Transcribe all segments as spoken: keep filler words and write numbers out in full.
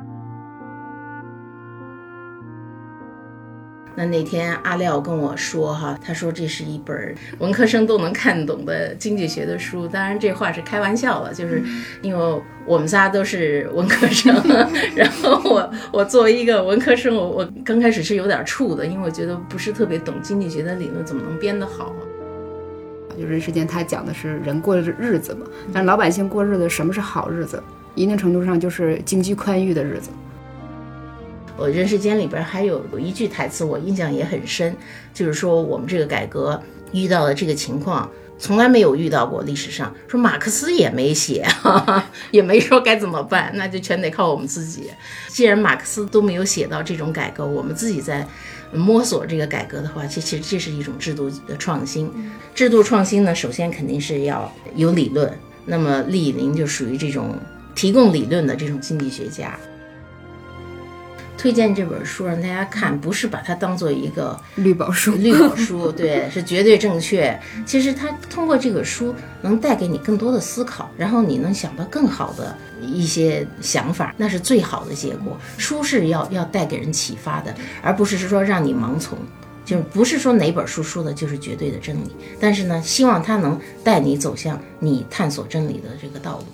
那那天阿廖跟我说哈，他说这是一本文科生都能看懂的经济学的书。当然这话是开玩笑了，就是因为我们仨都是文科生，然后我我作为一个文科生，我我刚开始是有点怵的，因为我觉得不是特别懂经济学的理论，怎么能编得好啊？ 就人世间他讲的是人过的日子嘛，但老百姓过日子，什么是好日子？一定程度上就是经济宽裕的日子。 我人世间里边还有有一句台词我印象也很深，就是说我们这个改革遇到的这个情况从来没有遇到过，历史上说马克思也没写，哈哈，也没说该怎么办，那就全得靠我们自己。既然马克思都没有写到这种改革，我们自己在摸索这个改革的话，其实这是一种制度的创新。制度创新呢，首先肯定是要有理论，那么厉以宁就属于这种提供理论的这种经济学家。推荐这本书让大家看，不是把它当做一个绿宝书， 绿宝书，对，是绝对正确。其实它通过这个书能带给你更多的思考，然后你能想到更好的一些想法，那是最好的结果。书是要要带给人启发的，而不是说让你盲从。就是不是说哪本书说的就是绝对的真理，但是呢，希望它能带你走向你探索真理的这个道路。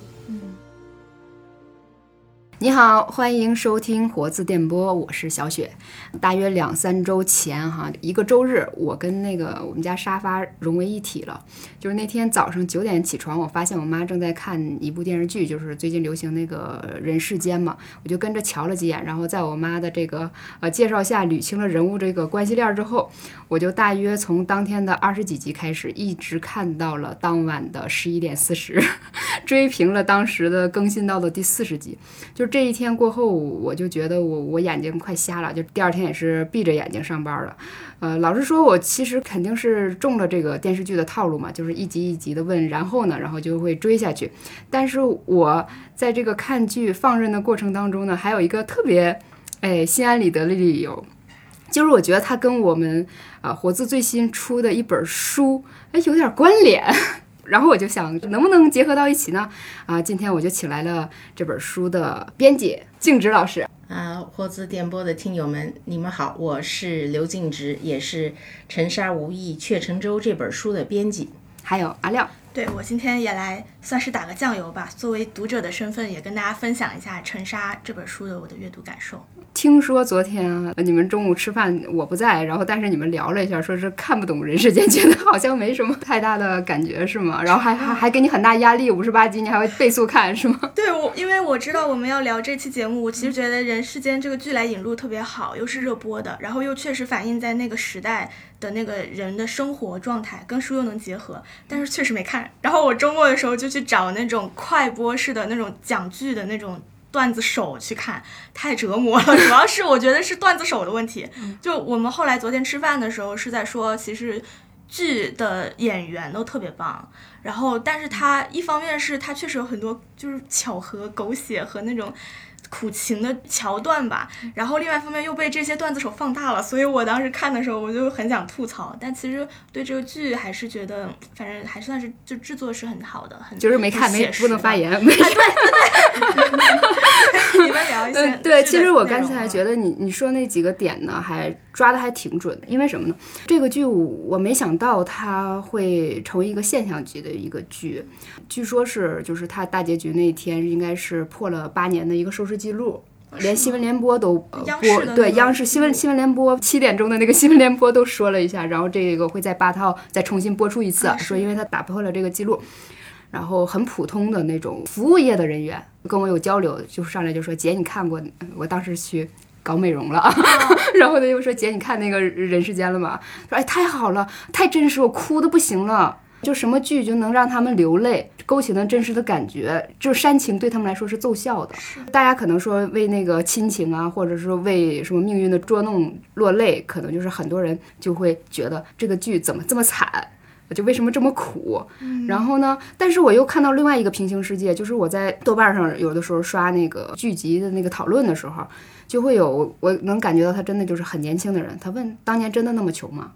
你好，欢迎收听活字电波，我是小雪。大约两三周前哈，一个周日，我跟那个我们家沙发融为一体了。就是那天早上九点起床，我发现我妈正在看一部电视剧，就是最近流行那个人世间嘛，我就跟着瞧了几眼，然后在我妈的这个呃介绍下捋清了人物这个关系链之后，我就大约从当天的二十几集开始，一直看到了当晚的十一点四十，追平了当时的更新到的第四十集。就这一天过后，我就觉得我我眼睛快瞎了，就第二天也是闭着眼睛上班了。呃，老实说，我其实肯定是中了这个电视剧的套路嘛，就是一集一集的问，然后呢，然后就会追下去。但是我在这个看剧放任的过程当中呢，还有一个特别哎心安理得的理由，就是我觉得它跟我们啊、呃、活字最新出的一本书哎有点关联。然后我就想能不能结合到一起呢？啊，今天我就请来了这本书的编辑静植老师。 啊，活字电波的听友们，你们好，我是刘静植，也是《沉沙无益却沉舟》这本书的编辑。 还有阿廖， 对，我今天也来算是打个酱油吧，作为读者的身份，也跟大家分享一下《沉沙》这本书的我的阅读感受。 听说昨天你们中午吃饭我不在，然后但是你们聊了一下，说是看不懂人世间，觉得好像没什么太大的感觉，是吗？然后还还还给你很大压力，五十八集你还会倍速看，是吗？ 对，我因为我知道我们要聊这期节目，我其实觉得人世间这个剧来引入特别好，又是热播的，然后又确实反映在那个时代的那个人的生活状态，跟书又能结合，但是确实没看。然后我周末的时候就去找那种快播式的那种讲剧的那种段子手去看，太折磨了。主要是我觉得是段子手的问题。就我们后来昨天吃饭的时候是在说，其实剧的演员都特别棒，然后但是他一方面是他确实有很多就是巧合、狗血和那种苦情的桥段吧，然后另外一方面又被这些段子手放大了，所以我当时看的时候我就很想吐槽，但其实对这个剧还是觉得反正还算是就制作是很好的，很就是没看没不能发言，没、 啊、对对对你们聊一下、 嗯、对，其实我刚才觉得你你说那几个点呢还抓的还挺准的，因为什么呢？这个剧我没想到它会成为一个现象级的一个剧，据说是就是它大结局那一天应该是破了八年的一个收视记录，连新闻联播都、呃、播，对，央视新闻新闻联播七点钟的那个新闻联播都说了一下，然后这个会在八套再重新播出一次，啊、说因为它打破了这个记录。然后很普通的那种服务业的人员跟我有交流，就上来就说姐你看过，我当时去搞美容了，然后他又说姐你看那个人世间了吗？说哎太好了，太真实，我哭的不行了。就什么剧就能让他们流泪，勾起了真实的感觉，就是煽情对他们来说是奏效的。大家可能说为那个亲情啊，或者是为什么命运的捉弄落泪，可能就是很多人就会觉得这个剧怎么这么惨，就为什么这么苦、嗯、然后呢但是我又看到另外一个平行世界，就是我在豆瓣上有的时候刷那个剧集的那个讨论的时候，就会有我能感觉到他真的就是很年轻的人，他问当年真的那么穷吗？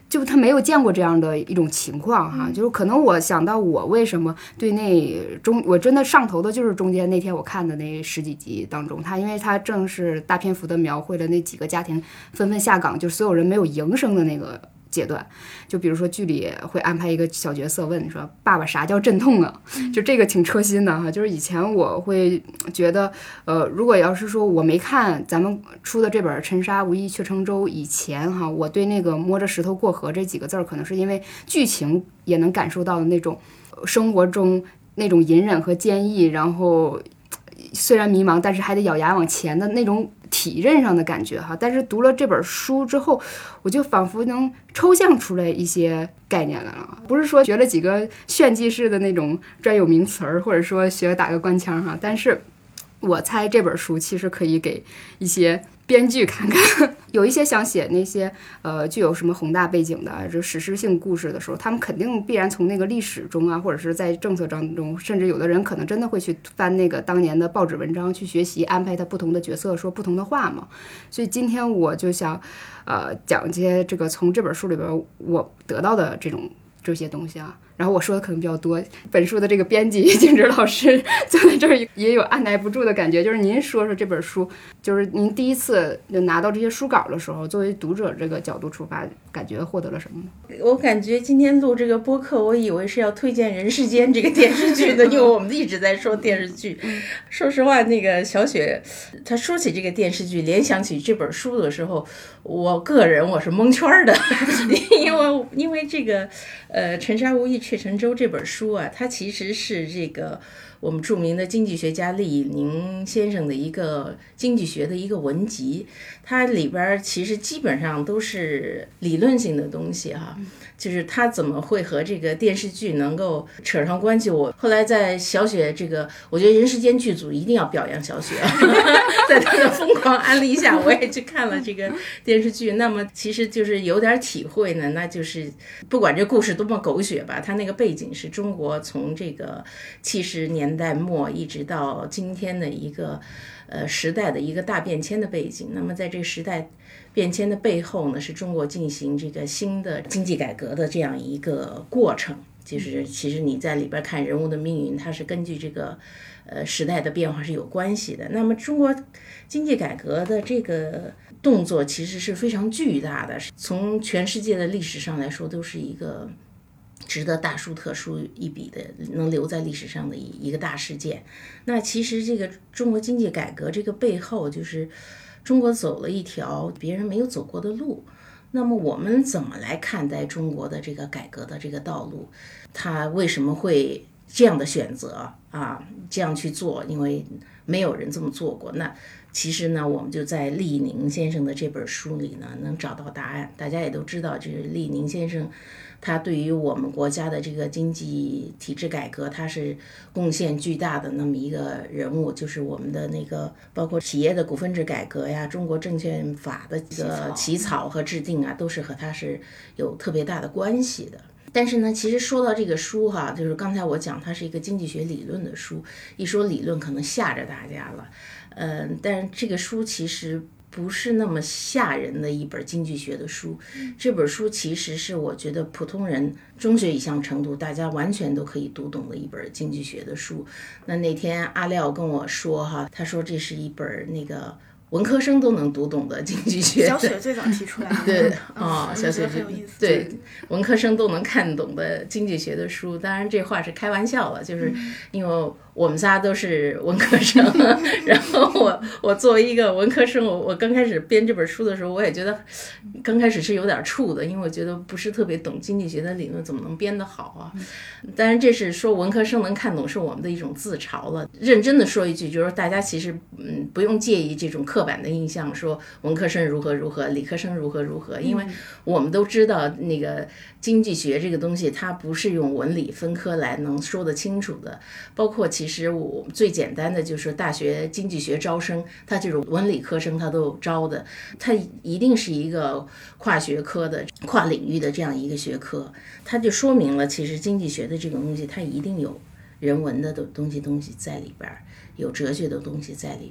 就他没有见过这样的一种情况哈，就是可能我想到我为什么对那中我真的上头的就是中间那天我看的那十几集当中，他因为他正是大篇幅的描绘了那几个家庭纷纷下岗，就所有人没有营生的那个阶段。就比如说剧里会安排一个小角色问说爸爸啥叫阵痛啊，就这个挺戳心的哈。就是以前我会觉得呃如果要是说我没看咱们出的这本沉沙无意却成舟以前哈，我对那个摸着石头过河这几个字儿可能是因为剧情也能感受到的那种生活中那种隐忍和坚毅，然后虽然迷茫但是还得咬牙往前的那种体认上的感觉哈。但是读了这本书之后，我就仿佛能抽象出来一些概念来了，不是说学了几个炫技式的那种专有名词儿，或者说学打个官腔哈，但是我猜这本书其实可以给一些编剧看看，有一些想写那些呃具有什么宏大背景的这史诗性故事的时候，他们肯定必然从那个历史中啊，或者是在政策当中，甚至有的人可能真的会去翻那个当年的报纸文章去学习，安排他不同的角色说不同的话嘛。所以今天我就想呃讲一些这个从这本书里边我得到的这种这些东西啊。然后我说的可能比较多，本书的这个编辑静植老师坐在这儿也有按耐不住的感觉，就是您说说这本书，就是您第一次就拿到这些书稿的时候，作为读者这个角度出发，感觉获得了什么呢？ 我感觉今天录这个播客，我以为是要推荐《人世间》这个电视剧的，因为我们一直在说电视剧。说实话，那个小雪她说起这个电视剧，联想起这本书的时候，我个人我是蒙圈的，因为因为这个呃《沉沙无意却成舟》这本书啊，它其实是这个我们著名的经济学家厉以宁先生的一个经济学的一个文集，它里边其实基本上都是理论性的东西哈，就是它怎么会和这个电视剧能够扯上关系。我后来在小雪这个，我觉得人世间剧组一定要表扬小雪，在他的疯狂安利下，我也去看了这个电视剧。那么其实就是有点体会呢，那就是不管这故事多么狗血吧，它那个背景是中国从这个七十年代末一直到今天的一个呃时代的一个大变迁的背景。那么在这个时代变迁的背后呢，是中国进行这个新的经济改革的这样一个过程。就是其实你在里边看人物的命运，它是根据这个呃时代的变化是有关系的。那么中国经济改革的这个动作其实是非常巨大的，从全世界的历史上来说，都是一个值得大书特书一笔的，能留在历史上的一个大事件。那其实这个中国经济改革这个背后，就是中国走了一条别人没有走过的路。那么我们怎么来看待中国的这个改革的这个道路？他为什么会这样的选择啊？这样去做？因为没有人这么做过。那其实呢，我们就在厉以宁先生的这本书里呢，能找到答案。大家也都知道，就是厉以宁先生，他对于我们国家的这个经济体制改革，他是贡献巨大的那么一个人物，就是我们的那个包括企业的股份制改革呀，中国证券法的这个起草和制定啊，都是和他是有特别大的关系的。但是呢，其实说到这个书哈，就是刚才我讲它是一个经济学理论的书，一说理论可能吓着大家了，嗯，但是这个书其实不是那么吓人的一本经济学的书。这本书其实是我觉得普通人中学以上程度大家完全都可以读懂的一本经济学的书。那那天阿廖跟我说哈，他说这是一本那个文科生都能读懂的经济学。 小雪最早提出来的。 对啊、哦，小雪很有意思。 对，文科生都能看懂的经济学的书。当然这话是开玩笑了，就是因为我们仨都是文科生，然后我我作为一个文科生，我我刚开始编这本书的时候，我也觉得刚开始是有点怵的，因为我觉得不是特别懂经济学的理论，怎么能编得好啊？当然这是说文科生能看懂是我们的一种自嘲了。认真的说一句，就是大家其实嗯不用介意这种刻板的印象，说文科生如何如何，理科生如何如何，因为我们都知道那个经济学这个东西，它不是用文理分科来能说得清楚的。包括其实我最简单的就是大学经济学招生，它这种文理科生它都有招的，它一定是一个跨学科的、跨领域的这样一个学科。它就说明了，其实经济学的这个东西，它一定有人文的东西东西在里边，有哲学的东西在里边。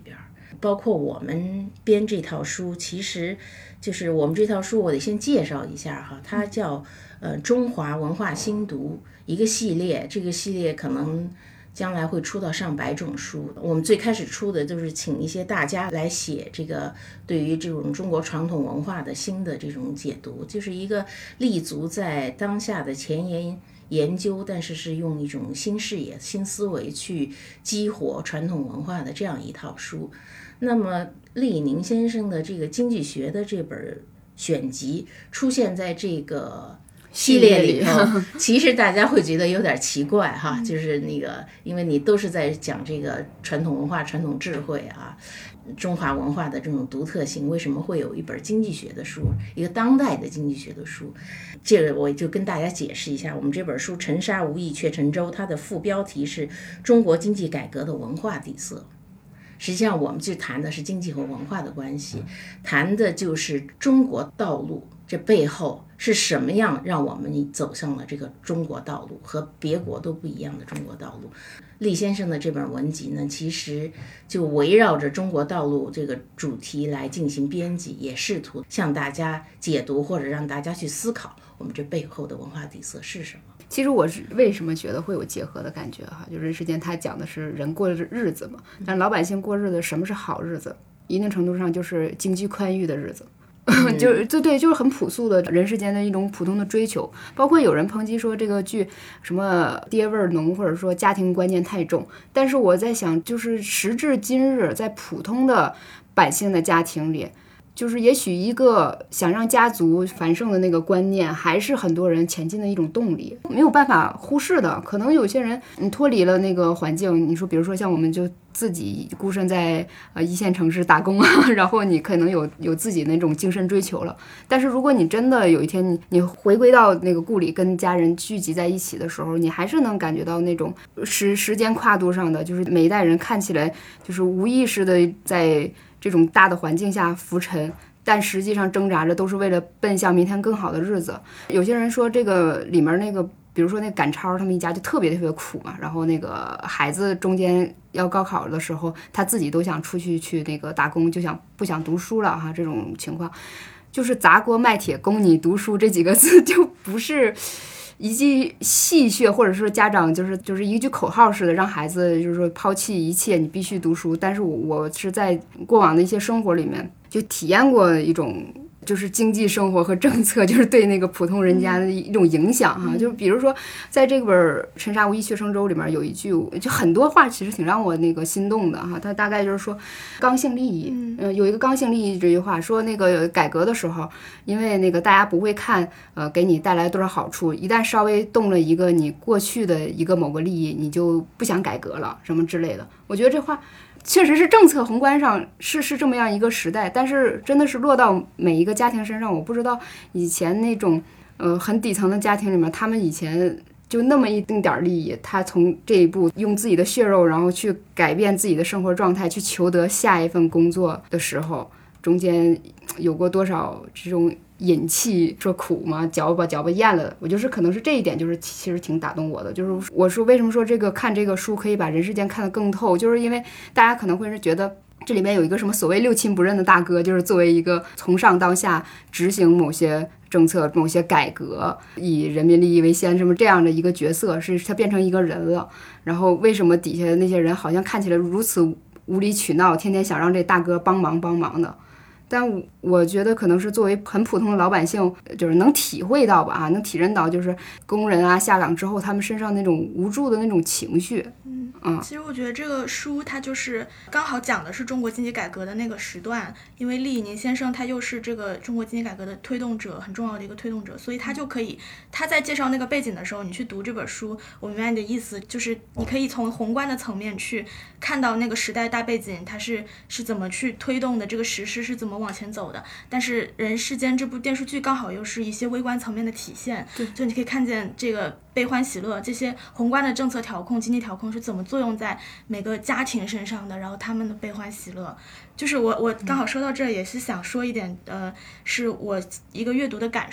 包括我们编这套书，其实就是我们这套书，我得先介绍一下哈，它叫呃中华文化新读一个系列，这个系列可能将来会出到上百种书。我们最开始出的就是请一些大家来写这个对于这种中国传统文化的新的这种解读，就是一个立足在当下的前沿研究，但是是用一种新视野、新思维去激活传统文化的这样一套书。那么厉以宁先生的这个经济学的这本选集出现在这个系列里头，其实大家会觉得有点奇怪哈，就是那个，因为你都是在讲这个传统文化、传统智慧啊，中华文化的这种独特性，为什么会有一本经济学的书，一个当代的经济学的书？这个我就跟大家解释一下，我们这本书《沉沙无益却沉舟》，它的副标题是中国经济改革的文化底色。实际上我们就谈的是经济和文化的关系，谈的就是中国道路这背后是什么样让我们走向了这个中国道路，和别国都不一样的中国道路。厉先生的这本文集呢，其实就围绕着中国道路这个主题来进行编辑，也试图向大家解读或者让大家去思考我们这背后的文化底色是什么。 其实我是为什么觉得会有结合的感觉哈，就人世间他讲的是人过的日子嘛，但老百姓过日子，什么是好日子？一定程度上就是经济宽裕的日子。嗯、就就对，就是很朴素的人世间的一种普通的追求。包括有人抨击说这个剧什么爹味儿浓，或者说家庭观念太重，但是我在想，就是时至今日，在普通的百姓的家庭里，就是也许一个想让家族繁盛的那个观念，还是很多人前进的一种动力，没有办法忽视的。可能有些人你脱离了那个环境，你说比如说像我们就自己孤身在呃一线城市打工啊，然后你可能有有自己那种精神追求了。但是如果你真的有一天你你回归到那个故里，跟家人聚集在一起的时候，你还是能感觉到那种时时间跨度上的，就是每一代人看起来就是无意识的在这种大的环境下浮沉，但实际上挣扎着都是为了奔向明天更好的日子。有些人说这个里面那个比如说那赶超他们一家就特别特别苦嘛，然后那个孩子中间要高考的时候，他自己都想出去去那个打工，就想不想读书了哈，这种情况就是砸锅卖铁供你读书这几个字就不是一句戏谑，或者说家长就是就是一句口号似的，让孩子就是说抛弃一切，你必须读书。但是我我是在过往的一些生活里面就体验过一种就是经济生活和政策就是对那个普通人家的一种影响哈、嗯、就比如说在这本《沉沙无益却沉舟》里面有一句，就很多话其实挺让我那个心动的哈。它大概就是说刚性利益，嗯、呃，有一个刚性利益这句话说，那个改革的时候，因为那个大家不会看呃给你带来多少好处，一旦稍微动了一个你过去的一个某个利益，你就不想改革了什么之类的。我觉得这话确实是政策宏观上是是这么样一个时代，但是真的是落到每一个家庭身上，我不知道以前那种呃很底层的家庭里面，他们以前就那么一丁点利益，他从这一步用自己的血肉，然后去改变自己的生活状态，去求得下一份工作的时候，中间有过多少这种饮气，说苦嘛，嚼吧嚼吧咽了。我就是可能是这一点，就是其实挺打动我的。就是我说为什么说这个看这个书可以把人世间看得更透，就是因为大家可能会是觉得这里面有一个什么所谓六亲不认的大哥，就是作为一个从上到下执行某些政策、某些改革，以人民利益为先，什么这样的一个角色，是他变成一个人了。然后为什么底下的那些人好像看起来如此无理取闹，天天想让这大哥帮忙帮忙的？但我觉得可能是作为很普通的老百姓，就是能体会到吧，啊，能体认到就是工人啊下岗之后他们身上那种无助的那种情绪。 嗯嗯，其实我觉得这个书它就是刚好讲的是中国经济改革的那个时段，因为厉以宁先生他又是这个中国经济改革的推动者，很重要的一个推动者，所以他就可以他在介绍那个背景的时候，你去读这本书，我明白你的意思，就是你可以从宏观的层面去看到那个时代大背景它是是怎么去推动的，这个实施是怎么往前走的。但是人世间这部电视剧刚好又是一些微观层面的体现，就你可以看见这个悲欢喜乐，这些宏观的政策调控、经济调控是怎么作用在每个家庭身上的，然后他们的悲欢喜乐。就是我我刚好说到这儿，也是想说一点，呃，是我一个阅读的感受。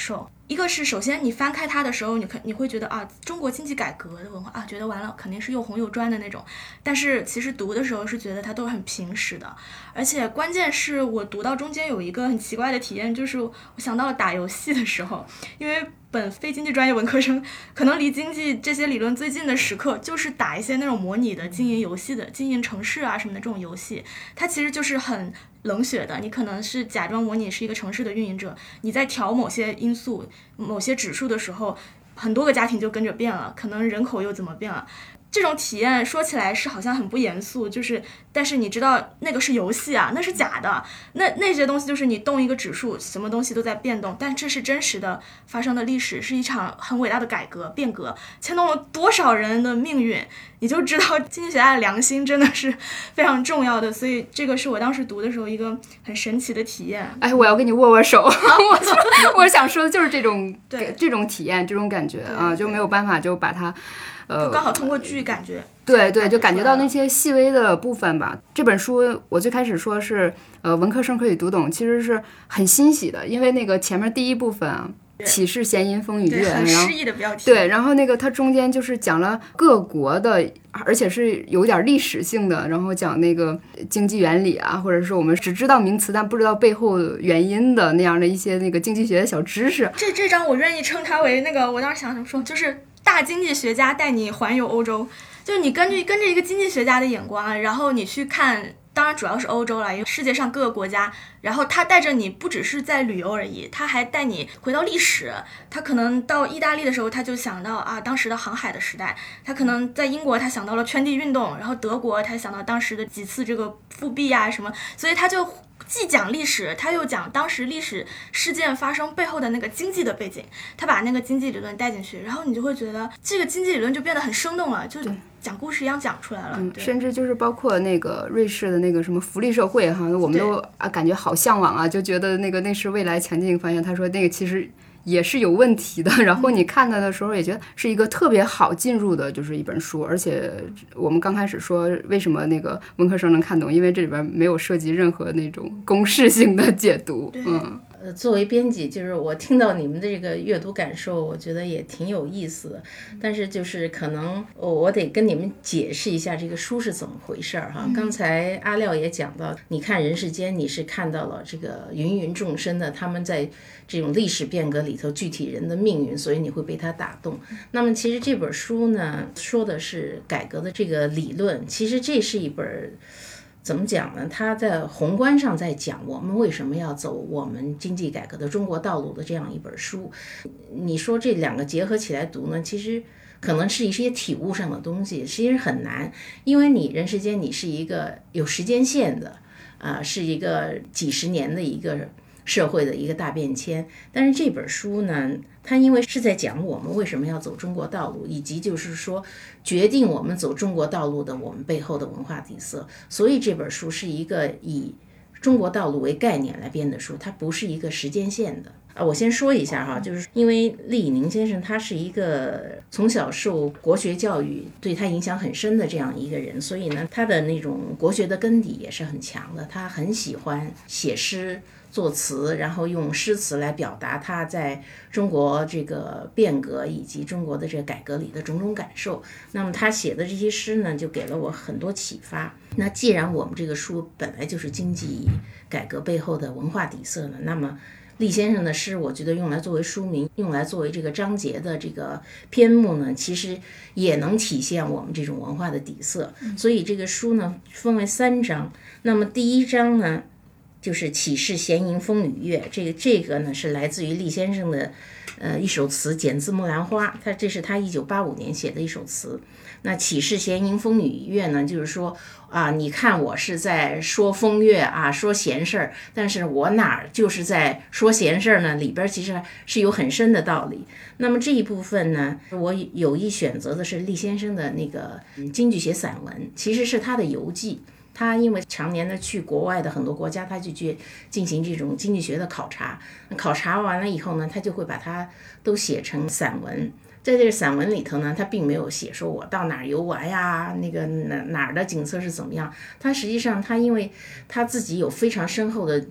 一个是首先你翻开它的时候，你可你会觉得啊，中国经济改革的文化啊，觉得完了肯定是又红又专的那种。但是其实读的时候是觉得它都很平实的，而且关键是我读到中间有一个很奇怪的体验，就是我想到了打游戏的时候，因为本非经济专业文科生可能离经济这些理论最近的时刻就是打一些那种模拟的经营游戏的经营城市啊什么的这种游戏，它其实就是很冷血的，你可能是假装模拟是一个城市的运营者，你在调某些因素某些指数的时候，很多个家庭就跟着变了，可能人口又怎么变了。这种体验说起来是好像很不严肃，就是但是你知道那个是游戏啊，那是假的，那那些东西就是你动一个指数，什么东西都在变动，但这是真实的发生的历史，是一场很伟大的改革变革，牵动了多少人的命运，你就知道经济学家的良心真的是非常重要的。所以这个是我当时读的时候一个很神奇的体验。 哎，我要跟你握握手。我就我想说的就是这种对这种体验，这种感觉啊，就没有办法就把它。呃， 就刚好通过剧感觉， 对对，就感觉到那些细微的部分吧。这本书我最开始说是呃文科生可以读懂，其实是很欣喜的，因为那个前面第一部分啊，启示弦吟风雨月， 很诗意的标题。 对，然后那个它中间就是讲了各国的，而且是有点历史性的，然后讲那个经济原理啊，或者是我们只知道名词但不知道背后原因的那样的一些那个经济学的小知识。 这这章我愿意称它为那个，我当时想怎么说，就是大经济学家带你环游欧洲，就是你根据跟着一个经济学家的眼光，然后你去看，当然主要是欧洲了，因为世界上各个国家，然后他带着你不只是在旅游而已，他还带你回到历史。他可能到意大利的时候，他就想到啊当时的航海的时代，他可能在英国他想到了圈地运动，然后德国他想到当时的几次这个复辟啊什么，所以他就既讲历史，他又讲当时历史事件发生背后的那个经济的背景，他把那个经济理论带进去，然后你就会觉得这个经济理论就变得很生动了，就讲故事一样讲出来了。 嗯，甚至就是包括那个瑞士的那个什么福利社会哈，我们都啊感觉好向往啊，就觉得那个那是未来前进方向。他说那个其实也是有问题的，然后你看它的时候也觉得是一个特别好进入的就是一本书，而且我们刚开始说为什么那个文科生能看懂，因为这里边没有涉及任何那种公式性的解读。嗯， 呃，作为编辑，就是我听到你们的这个阅读感受，我觉得也挺有意思的。但是就是可能我我得跟你们解释一下这个书是怎么回事儿哈。刚才阿廖也讲到，你看人世间，你是看到了这个芸芸众生的他们在这种历史变革里头具体人的命运，所以你会被它打动。那么其实这本书呢，说的是改革的这个理论，其实这是一本。怎么讲呢？他在宏观上在讲我们为什么要走我们经济改革的中国道路的这样一本书。你说这两个结合起来读呢，其实可能是一些体悟上的东西，其实很难，因为你人世间你是一个有时间线的，啊、呃，是一个几十年的一个社会的一个大变迁。但是这本书呢，它因为是在讲我们为什么要走中国道路，以及就是说决定我们走中国道路的我们背后的文化底色，所以这本书是一个以中国道路为概念来编的书，它不是一个时间线的。啊，我先说一下哈，就是因为厉以宁先生他是一个从小受国学教育对他影响很深的这样一个人，所以呢，他的那种国学的根底也是很强的。他很喜欢写诗作词，然后用诗词来表达他在中国这个变革以及中国的这个改革里的种种感受。那么他写的这些诗呢，就给了我很多启发。那既然我们这个书本来就是经济改革背后的文化底色呢，那么厉先生的诗，我觉得用来作为书名，用来作为这个章节的这个篇目呢，其实也能体现我们这种文化的底色。所以这个书呢分为三章。那么第一章呢，就是启示弦吟风雨月，这个这个呢是来自于厉先生的呃一首词，剪自木兰花，他这是他一九八五年写的一首词。那启示弦吟风雨月呢，就是说啊，你看我是在说风月啊，说闲事儿，但是我哪儿就是在说闲事儿呢？里边其实是有很深的道理。那么这一部分呢，我有意选择的是厉先生的那个经济学散文，其实是他的游记。他因为常年的去国外的很多国家，他就去进行这种经济学的考察，考察完了以后呢，他就会把它都写成散文。在这个散文里头呢，他并没有写说我到哪儿游玩呀，那个哪哪儿的景色是怎么样。他实际上他因为他自己有非常深厚的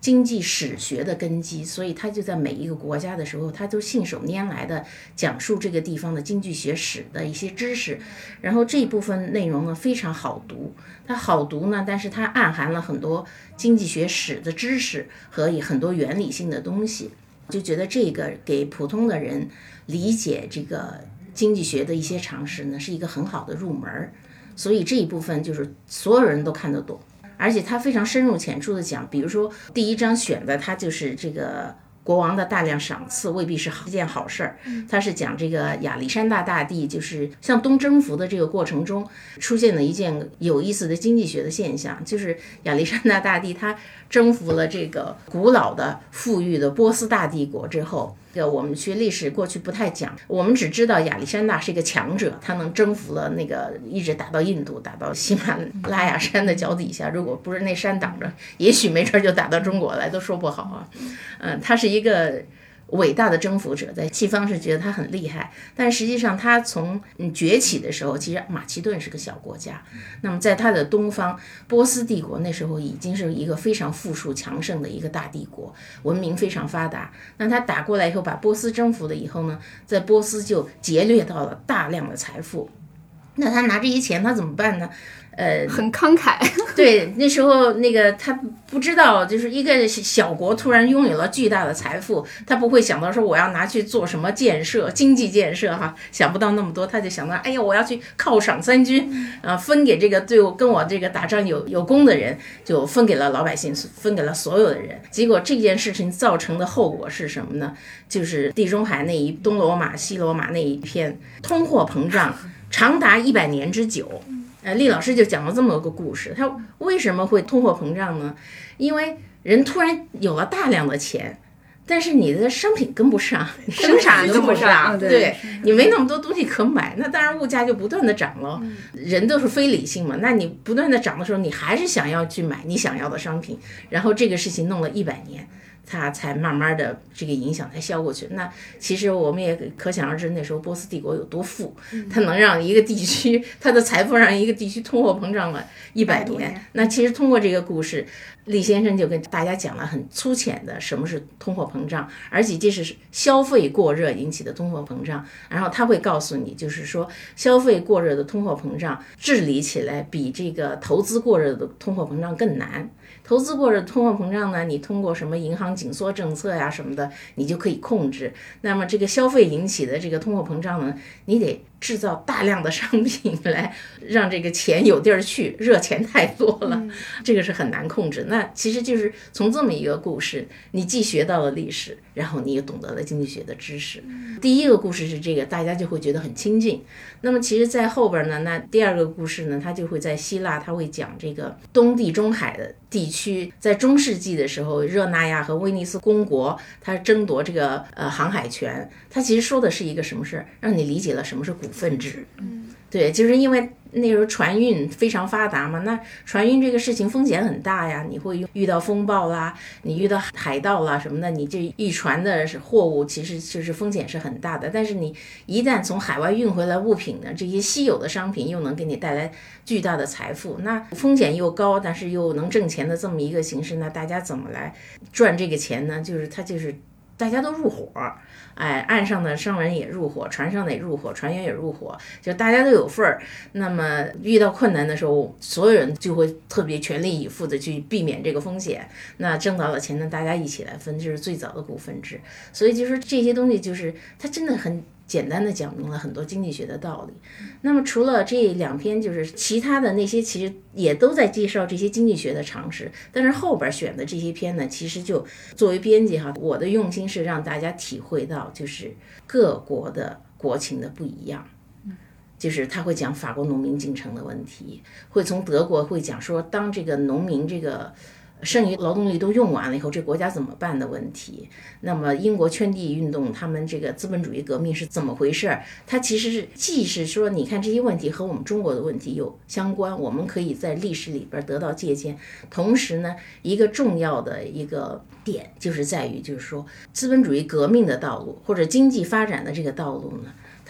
经济史学的根基，所以他就在每一个国家的时候，他都信手拈来的讲述这个地方的经济学史的一些知识，然后这一部分内容呢非常好读，它好读呢，但是它暗含了很多经济学史的知识和很多原理性的东西，就觉得这个给普通的人理解这个经济学的一些常识呢是一个很好的入门，所以这一部分就是所有人都看得懂。而且他非常深入浅出的讲，比如说第一章选的他就是这个国王的大量赏赐未必是一件好事儿，他是讲这个亚历山大大帝就是向东征服的这个过程中出现了一件有意思的经济学的现象，就是亚历山大大帝他征服了这个古老的富裕的波斯大帝国之后，我们学历史过去不太讲，我们只知道亚历山大是一个强者，他能征服了那个一直打到印度，打到喜马拉雅山的脚底下，如果不是那山挡着，也许没准就打到中国来，都说不好啊。嗯，他是一个伟大的征服者，在西方是觉得他很厉害，但实际上他从崛起的时候，其实马其顿是个小国家，那么在他的东方，波斯帝国那时候已经是一个非常富庶强盛的一个大帝国，文明非常发达。那他打过来以后，把波斯征服了以后呢，在波斯就劫掠到了大量的财富，那他拿这些钱他怎么办呢？呃， 很慷慨。 对，那时候那个他不知道，就是一个小国突然拥有了巨大的财富，他不会想到说我要拿去做什么建设，经济建设哈，想不到那么多，他就想到，哎呀，我要去犒赏三军，啊，分给这个对我跟我这个打仗有有功的人，就分给了老百姓，分给了所有的人。结果这件事情造成的后果是什么呢？就是地中海那一东罗马、西罗马那一片通货膨胀长达一百年之久。呃，厉老师就讲了这么个故事，他为什么会通货膨胀呢？因为人突然有了大量的钱，但是你的商品跟不上，你生产跟不上， 对, 对你没那么多东西可买，那当然物价就不断的涨了。嗯、人都是非理性嘛，那你不断的涨的时候，你还是想要去买你想要的商品，然后这个事情弄了一百年。它才慢慢的这个影响才消过去。那其实我们也可想而知，那时候波斯帝国有多富，它能让一个地区，它的财富让一个地区通货膨胀了一百年。那其实通过这个故事，厉先生就跟大家讲了很粗浅的什么是通货膨胀，而且这是消费过热引起的通货膨胀。然后他会告诉你，就是说消费过热的通货膨胀治理起来比这个投资过热的通货膨胀更难。投资过热的通货膨胀呢，你通过什么银行紧缩政策呀什么的，你就可以控制。那么这个消费引起的这个通货膨胀呢，你得制造大量的商品来让这个钱有地儿去，热钱太多了，嗯、这个是很难控制。那其实就是从这么一个故事，你既学到了历史，然后你也懂得了经济学的知识。嗯、第一个故事是这个，大家就会觉得很亲近。那么其实在后边呢，那第二个故事呢，它就会在希腊，它会讲这个东地中海的地区，在中世纪的时候，热那亚和威尼斯公国它争夺这个呃航海权，它其实说的是一个什么事儿，让你理解了什么是股份制。嗯，对，就是因为那时候船运非常发达嘛，那船运这个事情风险很大呀，你会遇到风暴啦，你遇到海盗啦什么的，你这一船的货物其实就是风险是很大的。但是你一旦从海外运回来物品呢，这些稀有的商品又能给你带来巨大的财富，那风险又高，但是又能挣钱的这么一个形式，那大家怎么来赚这个钱呢？就是它就是大家都入伙，哎，岸上的商人也入伙，船上的也入伙，船员也入伙，就大家都有份儿。那么遇到困难的时候，所有人就会特别全力以赴的去避免这个风险。那挣到了钱呢，大家一起来分，这是最早的股份制。所以就是这些东西，就是它真的很简单的讲明了很多经济学的道理。那么除了这两篇，就是其他的那些其实也都在介绍这些经济学的常识，但是后边选的这些篇呢，其实就作为编辑哈，我的用心是让大家体会到就是各国的国情的不一样。就是他会讲法国农民进城的问题，会从德国会讲说当这个农民这个剩余劳动力都用完了以后，这国家怎么办的问题。那么英国圈地运动，他们这个资本主义革命是怎么回事？它其实是既是说，你看这些问题和我们中国的问题有相关，我们可以在历史里边得到借鉴。同时呢，一个重要的一个点就是在于，就是说资本主义革命的道路或者经济发展的这个道路呢，它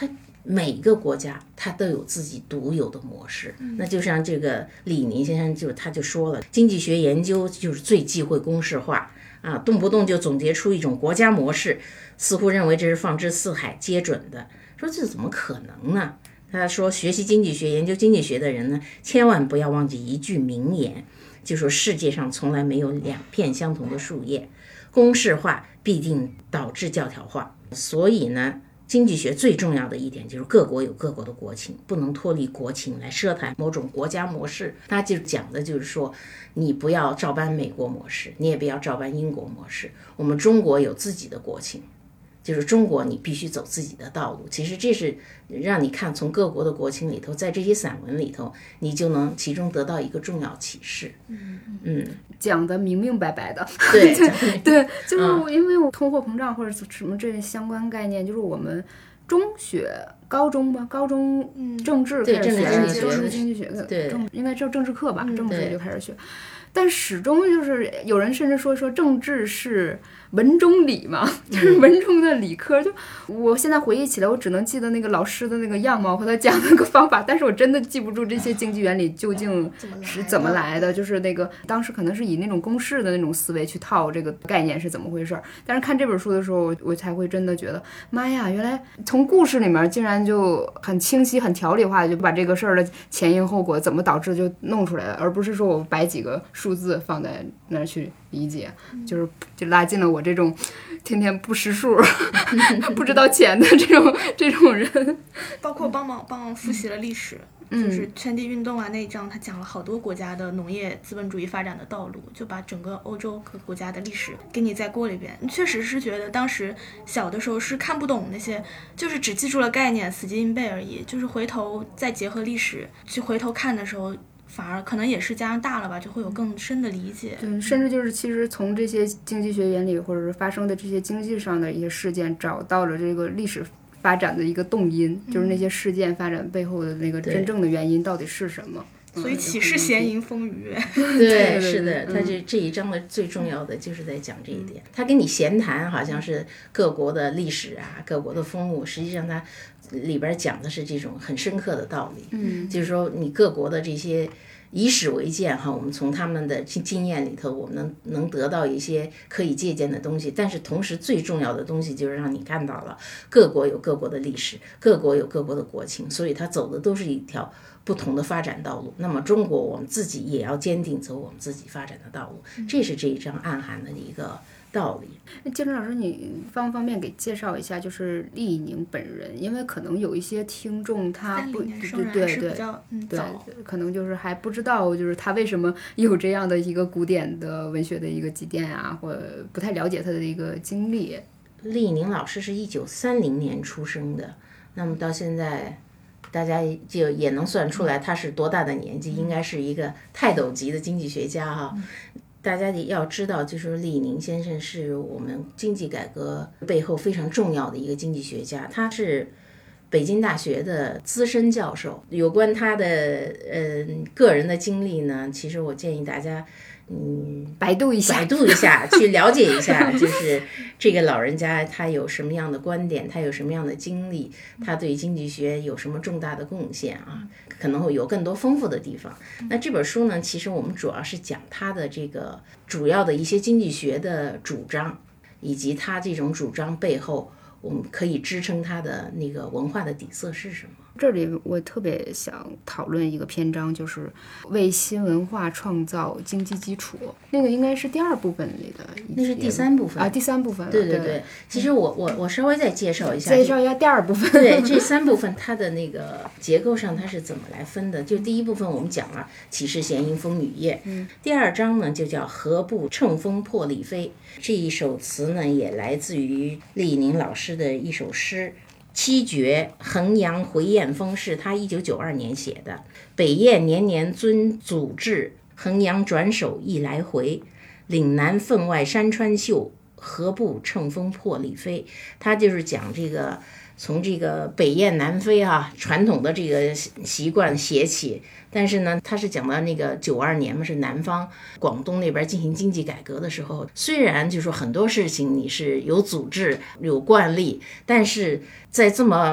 每个国家它都有自己独有的模式，嗯、那就像这个李宁先生就他就说了，经济学研究就是最忌讳公式化啊，动不动就总结出一种国家模式，似乎认为这是放之四海皆准的。说这怎么可能呢？他说，学习经济学、研究经济学的人呢，千万不要忘记一句名言，就说世界上从来没有两片相同的树叶，公式化必定导致教条化。所以呢，经济学最重要的一点就是各国有各国的国情，不能脱离国情来奢谈某种国家模式。他就讲的就是说，你不要照搬美国模式，你也不要照搬英国模式，我们中国有自己的国情，就是中国你必须走自己的道路。其实这是让你看从各国的国情里头，在这些散文里头，你就能其中得到一个重要启示。嗯嗯， 讲得明明白白的。 对对，就是因为我通货膨胀或者什么这相关概念，就是我们中学、高中吧，高中政治开始学，政治经济学， 对， 应该叫政治课吧，政治就开始学。但始终就是有人甚至说说政治是文中理嘛，就是文中的理科。就我现在回忆起来，我只能记得那个老师的那个样貌和他讲那个方法，但是我真的记不住这些经济原理究竟是怎么来的。就是那个当时可能是以那种公式的那种思维去套这个概念是怎么回事。但是看这本书的时候，我才会真的觉得，妈呀，原来从故事里面竟然就很清晰、很条理化的就把这个事儿的前因后果怎么导致就弄出来了，而不是说我摆几个数字放在那儿去理解，就是就拉近了我这种天天不识数不知道钱的这种这种人。 包括帮忙帮忙复习了历史，嗯、就是圈地运动啊那一章，他讲了好多国家的农业资本主义发展的道路，就把整个欧洲各国家的历史给你再过了一遍。确实是觉得当时小的时候是看不懂那些，就是只记住了概念，死记硬背而已。就是回头再结合历史去回头看的时候，反而可能也是加上大了吧，就会有更深的理解。 对，甚至就是其实从这些经济学原理或者是发生的这些经济上的一些事件，找到了这个历史发展的一个动因，嗯、就是那些事件发展背后的那个真正的原因到底是什么。 所以岂是闲吟风雨月？ 对，是的，他这这一章的最重要的就是在讲这一点。他跟你闲谈好像是各国的历史啊，各国的风物，实际上他里边讲的是这种很深刻的道理。嗯，就是说你各国的这些以史为鉴哈，我们从他们的经验里头，我们能能得到一些可以借鉴的东西。但是同时最重要的东西就是让你看到了各国有各国的历史，各国有各国的国情，所以他走的都是一条不同的发展道路。那么中国我们自己也要坚定走我们自己发展的道路，这是这一章暗含的一个道理。 那建成老师，你方不方便给介绍一下，就是厉以宁本人？因为可能有一些听众他不对对对对，可能就是还不知道，就是他为什么有这样的一个古典的文学的一个积淀啊，或者不太了解他的一个经历。 厉以宁老师是一九三零年出生的，那么到现在大家就也能算出来他是多大的年纪，应该是一个泰斗级的经济学家哈。嗯、大家要知道，就是厉以宁先生是我们经济改革背后非常重要的一个经济学家，他是北京大学的资深教授。有关他的呃个人的经历呢，其实我建议大家嗯， 百度一下， 百度一下，去了解一下，就是这个老人家他有什么样的观点，他有什么样的经历，他对经济学有什么重大的贡献啊？可能会有更多丰富的地方。那这本书呢，其实我们主要是讲他的这个主要的一些经济学的主张，以及他这种主张背后，我们可以支撑他的那个文化的底色是什么。 这里我特别想讨论一个篇章，就是为新文化创造经济基础，那个应该是第二部分里的， 那是第三部分啊，第三部分。 对对对，其实我我我稍微再介绍一下， 介绍一下第二部分。 对，这三部分它的那个结构上它是怎么来分的？就第一部分我们讲了岂是闲吟风雨夜，嗯，第二章呢就叫何不乘风破丽飞。这一首词呢也来自于厉以宁老师的一首诗。七绝衡阳回雁风是他一九九二年写的。北雁年年遵祖制，衡阳转手一来回。岭南分外山川秀，何不乘风破丽飞。他就是讲这个从这个北雁南飞啊，传统的这个习惯写起。但是呢，他是讲到那个九二年嘛，是南方广东那边进行经济改革的时候，虽然就说很多事情你是有组织有惯例，但是在这么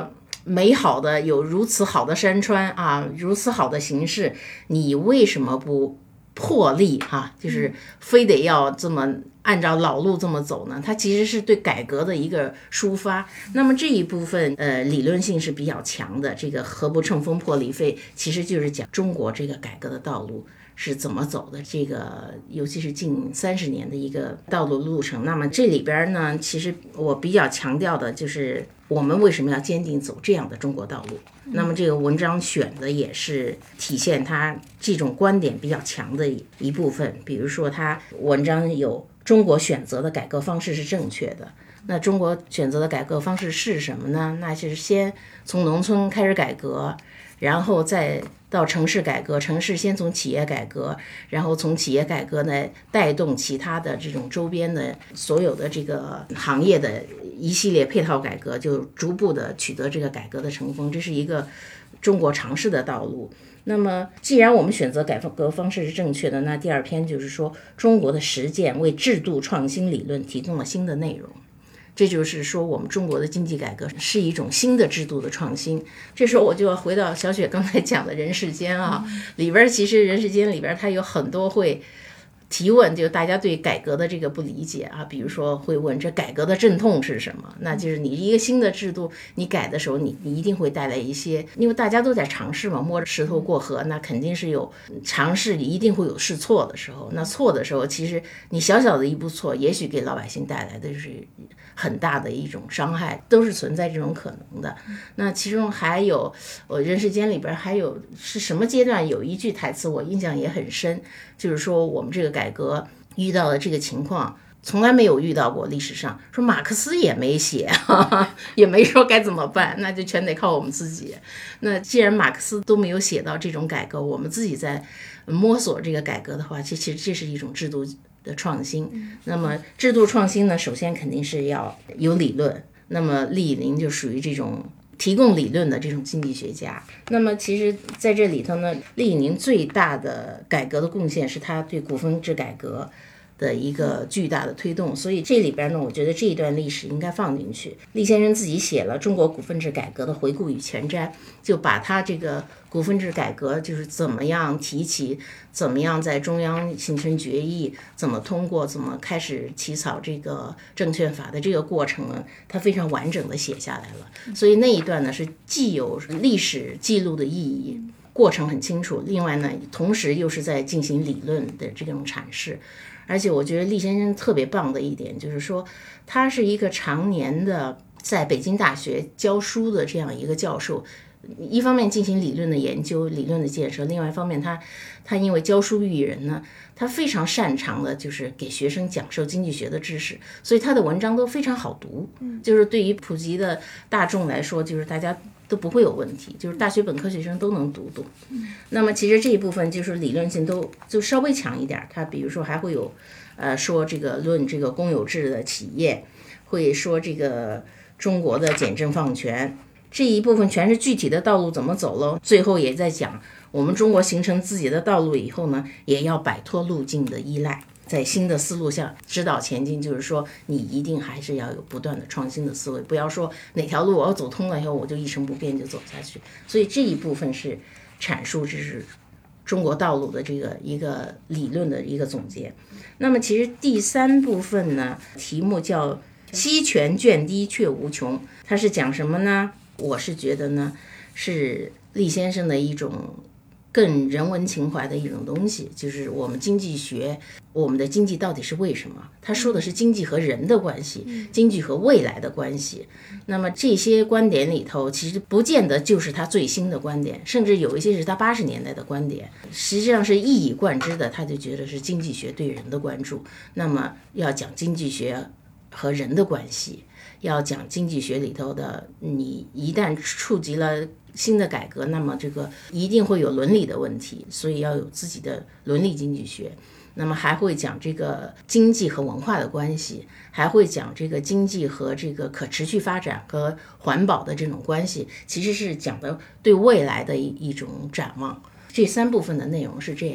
美好的有如此好的山川啊，如此好的形势，你为什么不破例啊？就是非得要这么按照老路这么走呢？它其实是对改革的一个抒发。那么这一部分呃理论性是比较强的，这个何不乘风破里飞，其实就是讲中国这个改革的道路是怎么走的，这个尤其是近三十年的一个道路路程。那么这里边呢，其实我比较强调的就是我们为什么要坚定走这样的中国道路。那么这个文章选的也是体现他这种观点比较强的一部分。比如说他文章有中国选择的改革方式是正确的，那中国选择的改革方式是什么呢？那就是先从农村开始改革，然后再到城市改革，城市先从企业改革，然后从企业改革呢带动其他的这种周边的所有的这个行业的一系列配套改革，就逐步的取得这个改革的成功，这是一个中国尝试的道路。那么既然我们选择改革方式是正确的，那第二篇就是说中国的实践为制度创新理论提供了新的内容。这就是说我们中国的经济改革是一种新的制度的创新。这时候我就要回到小雪刚才讲的人世间啊，里边其实人世间里边它有很多会提问，就大家对改革的这个不理解啊，比如说会问这改革的阵痛是什么？那就是你一个新的制度你改的时候，你你一定会带来一些，因为大家都在尝试嘛，摸着石头过河，那肯定是有尝试，一定会有试错的时候。那错的时候，其实你小小的一步错，也许给老百姓带来的就是很大的一种伤害，都是存在这种可能的。那其中还有我人世间里边还有是什么阶段有一句台词我印象也很深，就是说我们这个改革遇到的这个情况从来没有遇到过，历史上说马克思也没写哈哈，也没说该怎么办，那就全得靠我们自己。那既然马克思都没有写到这种改革，我们自己在摸索这个改革的话，其实这是一种制度的创新。那么制度创新呢，首先肯定是要有理论，那么厉以宁就属于这种提供理论的这种经济学家。那么其实在这里头呢，厉以宁最大的改革的贡献是他对股份制改革的一个巨大的推动，所以这里边呢，我觉得这一段历史应该放进去。厉先生自己写了《中国股份制改革的回顾与前瞻》，就把他这个股份制改革就是怎么样提起，怎么样在中央形成决议，怎么通过，怎么开始起草这个证券法的这个过程呢，他非常完整的写下来了。所以那一段呢，是既有历史记录的意义，过程很清楚，另外呢，同时又是在进行理论的这种阐释。而且我觉得厉先生特别棒的一点就是说，他是一个常年的在北京大学教书的这样一个教授，一方面进行理论的研究、理论的建设，另外一方面他他因为教书育人呢，他非常擅长的就是给学生讲授经济学的知识，所以他的文章都非常好读，就是对于普及的大众来说，就是大家都不会有问题，就是大学本科学生都能读懂。那么其实这一部分就是理论性都就稍微强一点，他比如说还会有呃说这个论这个公有制的企业，会说这个中国的简政放权，这一部分全是具体的道路怎么走喽。最后也在讲我们中国形成自己的道路以后呢，也要摆脱路径的依赖，在新的思路下指导前进，就是说你一定还是要有不断的创新的思维，不要说哪条路我要走通了以后我就一成不变就走下去。所以这一部分是阐述这是中国道路的这个一个理论的一个总结。那么其实第三部分呢，题目叫期权卷低却无穷，它是讲什么呢？我是觉得呢，是厉先生的一种更人文情怀的一种东西，就是我们经济学，我们的经济到底是为什么？他说的是经济和人的关系，经济和未来的关系。那么这些观点里头，其实不见得就是他最新的观点，甚至有一些是他八十年代的观点，实际上是一以贯之的。他就觉得是经济学对人的关注，那么要讲经济学和人的关系，要讲经济学里头的，你一旦触及了新的改革，那么这个一定会有伦理的问题，所以要有自己的伦理经济学。那么还会讲这个经济和文化的关系，还会讲这个经济和这个可持续发展和环保的这种关系，其实是讲的对未来的一一种展望。这三部分的内容是这样的。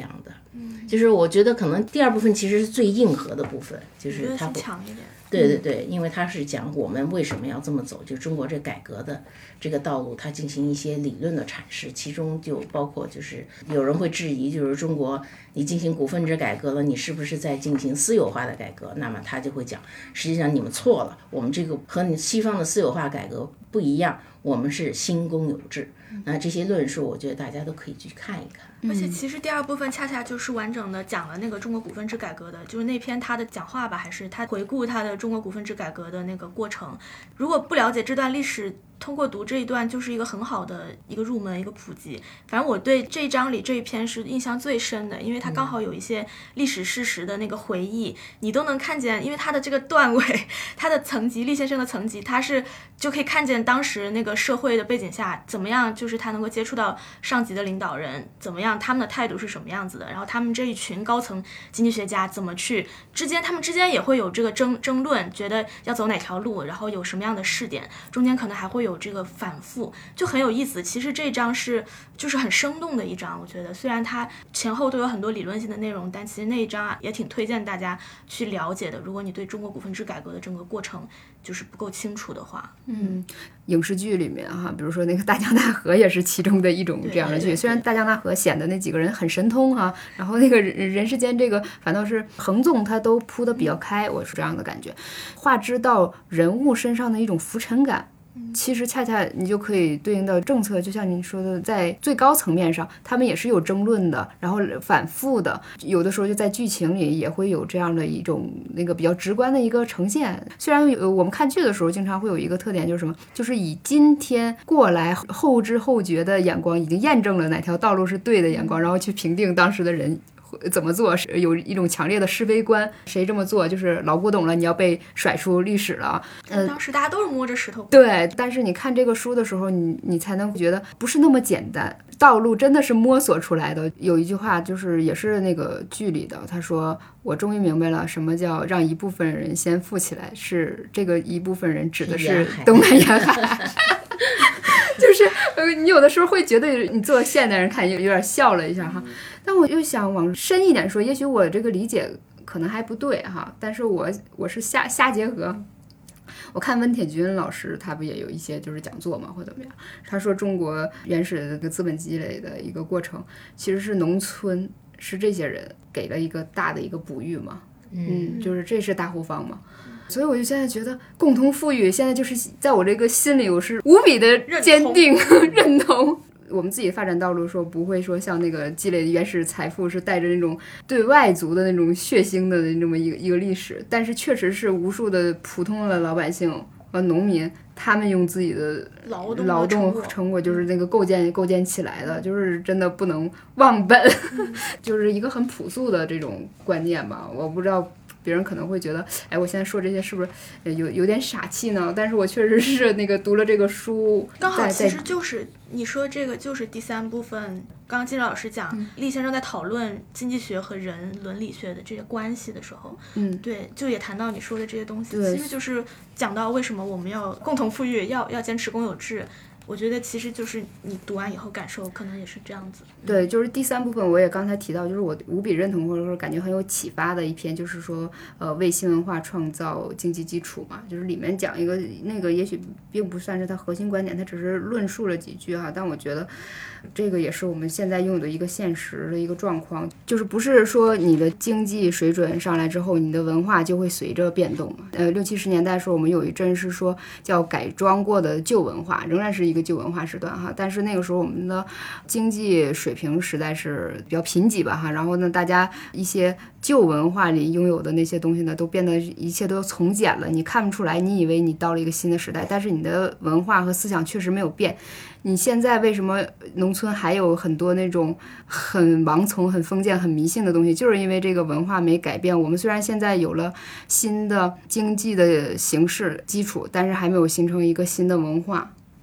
就是我觉得可能第二部分其实是最硬核的部分，就是它会强一点。 对对对，因为它是讲我们为什么要这么走，就中国这改革的这个道路，它进行一些理论的阐释，其中就包括就是有人会质疑，就是中国你进行股份制改革了，你是不是在进行私有化的改革？那么他就会讲，实际上你们错了，我们这个和你西方的私有化改革不一样，我们是新公有制。那这些论述，我觉得大家都可以去看一看。 而且其实第二部分恰恰就是完整的讲了那个中国股份制改革的，就是那篇他的讲话吧，还是他回顾他的中国股份制改革的那个过程。如果不了解这段历史，通过读这一段就是一个很好的一个入门，一个普及。反正我对这一章里这一篇是印象最深的，因为它刚好有一些历史事实的那个回忆，你都能看见，因为它的这个段尾，它的层级，厉先生的层级，它是就可以看见当时那个社会的背景下怎么样，就是他能够接触到上级的领导人，怎么样他们的态度是什么样子的，然后他们这一群高层经济学家怎么去之间，他们之间也会有这个争争论，觉得要走哪条路，然后有什么样的试点，中间可能还会有有这个反复，就很有意思。其实这一章是就是很生动的一章，我觉得虽然它前后都有很多理论性的内容，但其实那一章啊也挺推荐大家去了解的。如果你对中国股份制改革的整个过程就是不够清楚的话， 嗯，影视剧里面哈，比如说那个大江大河也是其中的一种这样的剧。虽然大江大河显得那几个人很神通哈，然后那个人世间这个反倒是横纵它都铺得比较开，我是这样的感觉。画知到人物身上的一种浮沉感。其实恰恰你就可以对应到政策，就像您说的，在最高层面上他们也是有争论的，然后反复的，有的时候就在剧情里也会有这样的一种那个比较直观的一个呈现。虽然有我们看剧的时候经常会有一个特点，就是什么，就是以今天过来后知后觉的眼光，已经验证了哪条道路是对的眼光，然后去评定当时的人怎么做，有一种强烈的是非观，谁这么做就是老古董了，你要被甩出历史了。 呃，当时大家都是摸着石头。 对，但是你看这个书的时候，你你才能觉得不是那么简单，道路真的是摸索出来的。有一句话就是也是那个剧里的，他说我终于明白了什么叫让一部分人先富起来，是这个一部分人指的是东南沿海。就是呃，你有的时候会觉得你做现代人看有有点笑了一下哈，但我又想往深一点说，也许我这个理解可能还不对哈，但是我我是瞎瞎结合。我看温铁军老师他不也有一些就是讲座嘛或怎么样，他说中国原始的这个资本积累的一个过程其实是农村，是这些人给了一个大的一个哺育嘛，嗯，就是这是大后方嘛。所以我就现在觉得共同富裕现在就是在我这个心里我是无比的坚定认同。我们自己发展道路说不会说像那个积累的原始财富是带着那种对外族的那种血腥的那么一个一个历史，但是确实是无数的普通的老百姓和农民，他们用自己的劳动劳动成果就是那个构建构建起来的，就是真的不能忘本。就是一个很朴素的这种观念吧。我不知道别人可能会觉得，哎，我现在说这些是不是有有点傻气呢？但是我确实是那个读了这个书， 刚好其实就是你说这个就是第三部分。刚刚金老师讲，厉、嗯、先生在讨论经济学和人伦理学的这些关系的时候， 嗯， 对，就也谈到你说的这些东西，其实就是讲到为什么我们要共同富裕，要要坚持公有制。我觉得其实就是你读完以后感受可能也是这样子。 对，就是第三部分我也刚才提到，就是我无比认同或者说感觉很有启发的一篇，就是说呃为新文化创造经济基础嘛，就是里面讲一个那个也许并不算是它核心观点，它只是论述了几句哈，但我觉得这个也是我们现在拥有的一个现实的一个状况，就是不是说你的经济水准上来之后你的文化就会随着变动。呃六七十年代的时候我们有一阵是说叫改装过的旧文化，仍然是一个旧文化时段哈，但是那个时候我们的经济水平实在是比较贫瘠吧哈，然后呢大家一些旧文化里拥有的那些东西呢都变得一切都从简了，你看不出来，你以为你到了一个新的时代，但是你的文化和思想确实没有变。你现在为什么农村还有很多那种很盲从很封建很迷信的东西，就是因为这个文化没改变。我们虽然现在有了新的经济的形式基础，但是还没有形成一个新的文化。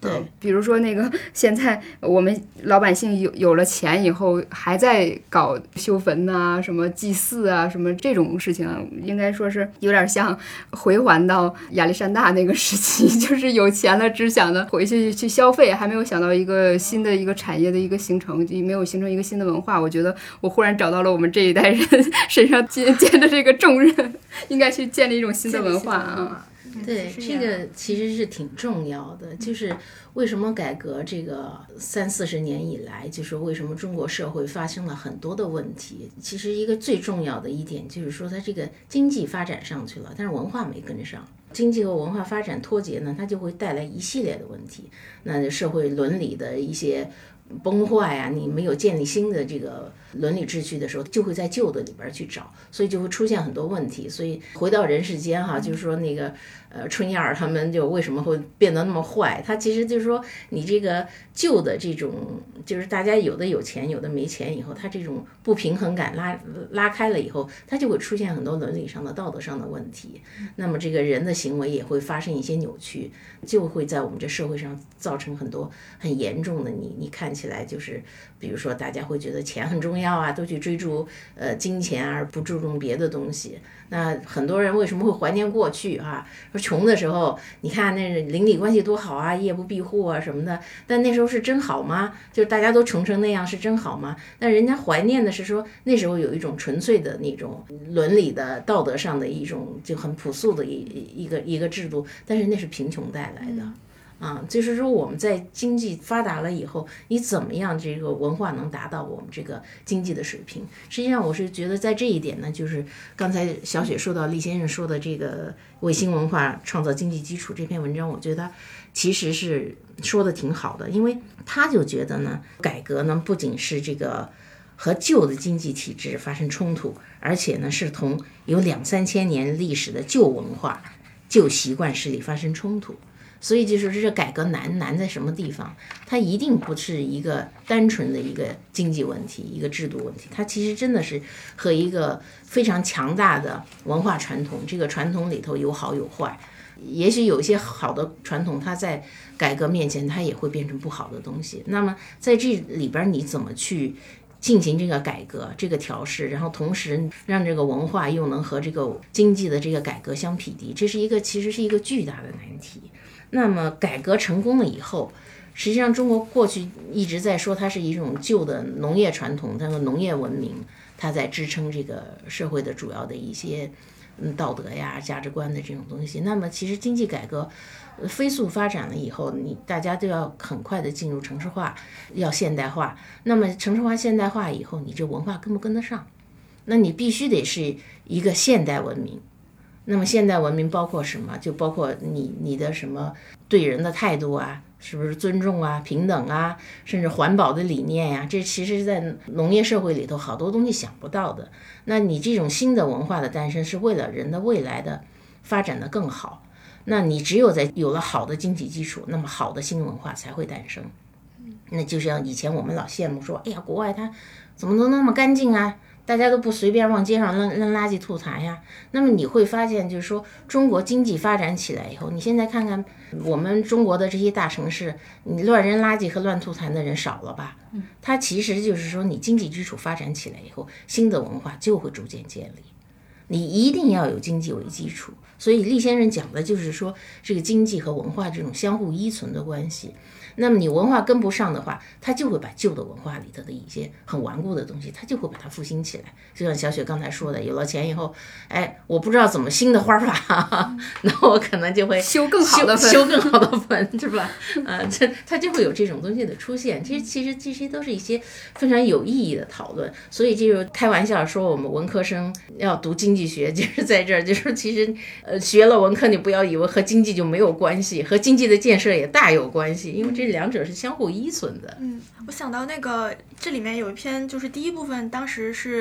对、 呃，比如说那个现在我们老百姓有有了钱以后，还在搞修坟呐、啊、什么祭祀啊、什么这种事情，应该说是有点像回还到亚历山大那个时期，就是有钱了只想着回去去消费，还没有想到一个新的一个产业的一个形成，没有形成一个新的文化。我觉得我忽然找到了我们这一代人身上肩肩的这个重任，应该去建立一种新的文化啊。 对，这个其实是挺重要的，就是为什么改革这个三四十年以来，就是为什么中国社会发生了很多的问题。其实一个最重要的一点就是说，它这个经济发展上去了，但是文化没跟上。经济和文化发展脱节呢，它就会带来一系列的问题。那社会伦理的一些崩坏啊，你没有建立新的这个伦理秩序的时候，就会在旧的里边去找，所以就会出现很多问题。所以回到人世间哈，就是说那个呃春燕儿他们就为什么会变得那么坏？他其实就是说你这个旧的这种，就是大家有的有钱，有的没钱以后，他这种不平衡感拉拉开了以后，他就会出现很多伦理上的、道德上的问题。那么这个人的行为也会发生一些扭曲，就会在我们这社会上造成很多很严重的你你看起来就是，比如说大家会觉得钱很重要啊，都去追逐呃金钱而不注重别的东西。那很多人为什么会怀念过去啊？说穷的时候，你看那邻里关系多好啊，夜不闭户啊什么的。但那时候是真好吗？就是大家都穷成那样是真好吗？但人家怀念的是说那时候有一种纯粹的那种伦理的、道德上的一种就很朴素的一一个一个制度，但是那是贫穷带来的。嗯啊，就是说我们在经济发达了以后，你怎么样这个文化能达到我们这个经济的水平？实际上我是觉得在这一点呢，就是刚才小雪说到厉先生说的这个为新文化创造经济基础这篇文章，我觉得其实是说的挺好的，因为他就觉得呢，改革呢不仅是这个和旧的经济体制发生冲突，而且呢是同有两三千年历史的旧文化、旧习惯势力发生冲突。所以就是这改革难难在什么地方？它一定不是一个单纯的一个经济问题，一个制度问题，它其实真的是和一个非常强大的文化传统，这个传统里头有好有坏。也许有些好的传统，它在改革面前，它也会变成不好的东西。那么在这里边，你怎么去进行这个改革、这个调试，然后同时让这个文化又能和这个经济的这个改革相匹敌，这是一个其实是一个巨大的难题。那么改革成功了以后，实际上中国过去一直在说它是一种旧的农业传统，它的农业文明，它在支撑这个社会的主要的一些嗯道德呀、价值观的这种东西。那么其实经济改革飞速发展了以后，你大家都要很快的进入城市化，要现代化。那么城市化、现代化以后，你这文化跟不跟得上？那你必须得是一个现代文明。那么现代文明包括什么？就包括你你的什么对人的态度啊，是不是尊重啊、平等啊，甚至环保的理念呀、啊？这其实在农业社会里头好多东西想不到的。那你这种新的文化的诞生是为了人的未来的发展的更好。那你只有在有了好的经济基础，那么好的新文化才会诞生。那就像以前我们老羡慕说，哎呀，国外它怎么都那么干净啊？大家都不随便往街上扔扔垃圾吐痰呀。那么你会发现，就是说中国经济发展起来以后，你现在看看我们中国的这些大城市，你乱扔垃圾和乱吐痰的人少了吧？它其实就是说你经济基础发展起来以后，新的文化就会逐渐建立。你一定要有经济为基础。所以厉先生讲的就是说这个经济和文化这种相互依存的关系。那么你文化跟不上的话，它就会把旧的文化里头的一些很顽固的东西，它就会把它复兴起来。就像小雪刚才说的，有了钱以后，哎，我不知道怎么新的花法，那我可能就会修更好的坟， 修更好的坟，是吧？啊，这它就会有这种东西的出现。其实其实这些都是一些非常有意义的讨论。所以就是开玩笑说，我们文科生要读经济学，就是在这儿，就是其实呃学了文科，你不要以为和经济就没有关系，和经济的建设也大有关系，因为这。这两者是相互依存的。 嗯，我想到那个这里面有一篇，就是第一部分当时是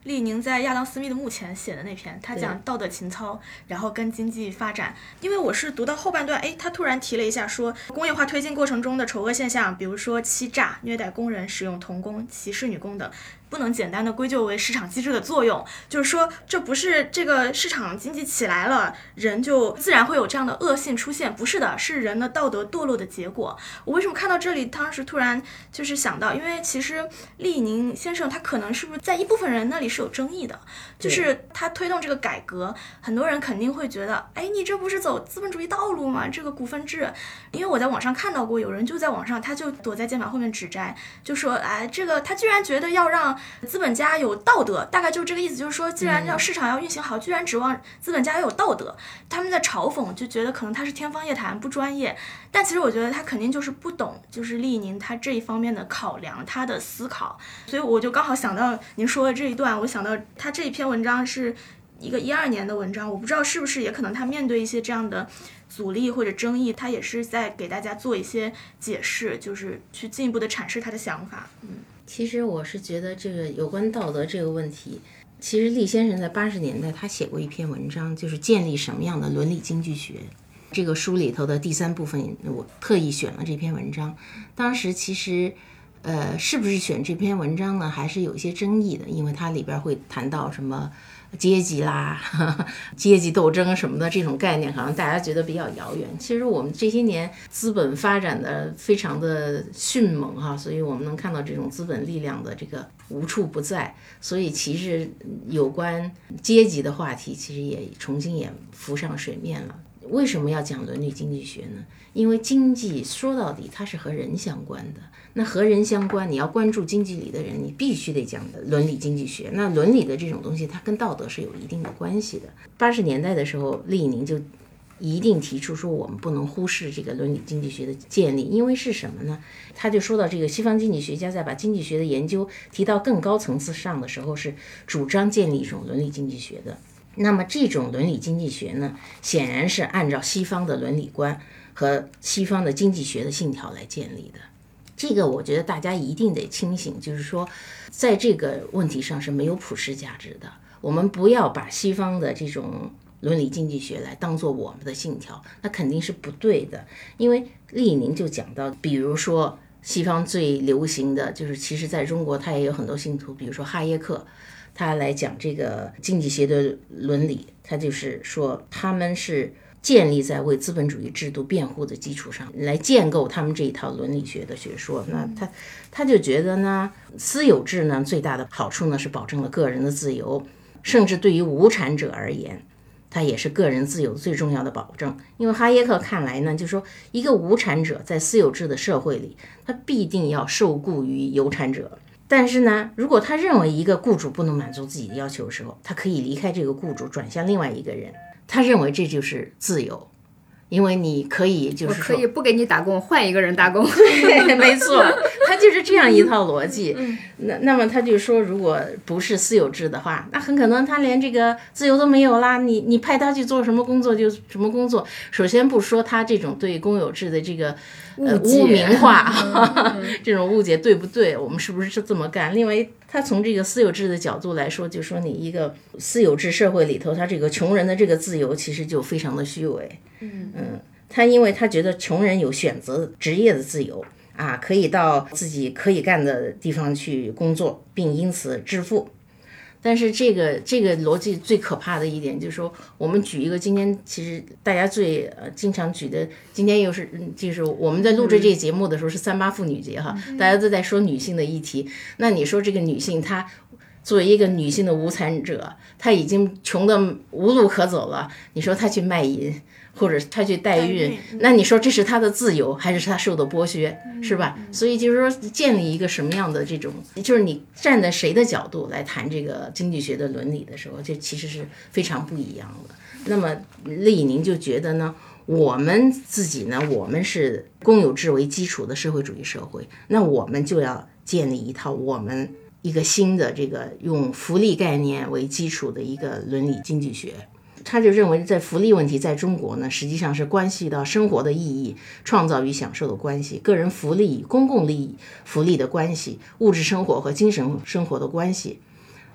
厉宁在亚当·斯密的墓前写的那篇，他讲道德情操，然后跟经济发展。因为我是读到后半段，哎，他突然提了一下说，工业化推进过程中的丑恶现象，比如说欺诈、虐待工人、使用童工、歧视女工等，不能简单的归咎为市场机制的作用，就是说这不是这个市场经济起来了，人就自然会有这样的恶性出现，不是的，是人的道德堕落的结果。我为什么看到这里，当时突然就是想到，因为其实厉宁先生他可能是不是在一部分人那里是有争议的，就是他推动这个改革，很多人肯定会觉得，哎，你这不是走资本主义道路吗？这个股份制，因为我在网上看到过，有人就在网上他就躲在键盘后面指摘，就说，哎，这个他居然觉得要让资本家有道德，大概就是这个意思，就是说既然让市场要运行好，居然指望资本家要有道德，他们在嘲讽，就觉得可能他是天方夜谭，不专业。但其实我觉得他肯定就是不懂，就是厉宁他这一方面的考量，他的思考。所以我就刚好想到您说的这一段，我想到他这一篇文章是一个一二年的文章，我不知道是不是也可能他面对一些这样的阻力或者争议，他也是在给大家做一些解释，就是去进一步的阐释他的想法。嗯， 其实我是觉得这个有关道德这个问题，其实厉先生在八十年代他写过一篇文章，就是建立什么样的伦理经济学。这个书里头的第三部分，我特意选了这篇文章。当时其实，呃，是不是选这篇文章呢，还是有一些争议的，因为它里边会谈到什么阶级啦、呵呵阶级斗争什么的这种概念，好像大家觉得比较遥远。其实我们这些年资本发展的非常的迅猛哈，所以我们能看到这种资本力量的这个无处不在。所以其实有关阶级的话题，其实也重新也浮上水面了。为什么要讲伦理经济学呢？因为经济说到底它是和人相关的，那和人相关，你要关注经济里的人，你必须得讲伦理经济学。那伦理的这种东西，它跟道德是有一定的关系的。八十年代的时候，厉宁就一定提出说，我们不能忽视这个伦理经济学的建立，因为是什么呢？他就说到这个西方经济学家在把经济学的研究提到更高层次上的时候，是主张建立一种伦理经济学的。那么这种伦理经济学呢，显然是按照西方的伦理观和西方的经济学的信条来建立的。这个我觉得大家一定得清醒，就是说在这个问题上是没有普世价值的。我们不要把西方的这种伦理经济学来当做我们的信条，那肯定是不对的。因为厉宁就讲到，比如说西方最流行的就是，其实在中国他也有很多信徒，比如说哈耶克，他来讲这个经济学的伦理，他就是说他们是建立在为资本主义制度辩护的基础上来建构他们这一套伦理学的学说。那他他就觉得呢，私有制呢最大的好处呢是保证了个人的自由，甚至对于无产者而言，它也是个人自由最重要的保证。因为哈耶克看来呢，就说一个无产者在私有制的社会里，他必定要受雇于有产者。但是呢，如果他认为一个雇主不能满足自己的要求的时候，他可以离开这个雇主，转向另外一个人。他认为这就是自由，因为你可以就是说， 我可以不给你打工，换一个人打工。 对，没错，他就是这样一套逻辑。那那么他就说，如果不是私有制的话，那很可能他连这个自由都没有啦。你你派他去做什么工作就什么工作。首先不说他这种对公有制的这个呃污名化，这种误解对不对？我们是不是是这么干？另外，他从这个私有制的角度来说，就说你一个私有制社会里头，他这个穷人的这个自由其实就非常的虚伪。嗯嗯，他因为他觉得穷人有选择职业的自由啊，可以到自己可以干的地方去工作，并因此致富。但是这个这个逻辑最可怕的一点就是说，我们举一个今天其实大家最呃经常举的，今天又是就是我们在录制这个节目的时候是三八妇女节哈，大家都在说女性的议题。那你说这个女性她作为一个女性的无产者，她已经穷得无路可走了，你说她去卖淫或者她去代孕，那你说这是她的自由还是她受的剥削，是吧？所以就是说建立一个什么样的这种，就是你站在谁的角度来谈这个经济学的伦理的时候，这其实是非常不一样的。那么厉宁就觉得呢，我们自己呢，我们是公有制为基础的社会主义社会，那我们就要建立一套我们一个新的这个用福利概念为基础的一个伦理经济学。他就认为在福利问题在中国呢，实际上是关系到生活的意义、创造与享受的关系、个人福利与公共利益福利的关系、物质生活和精神生活的关系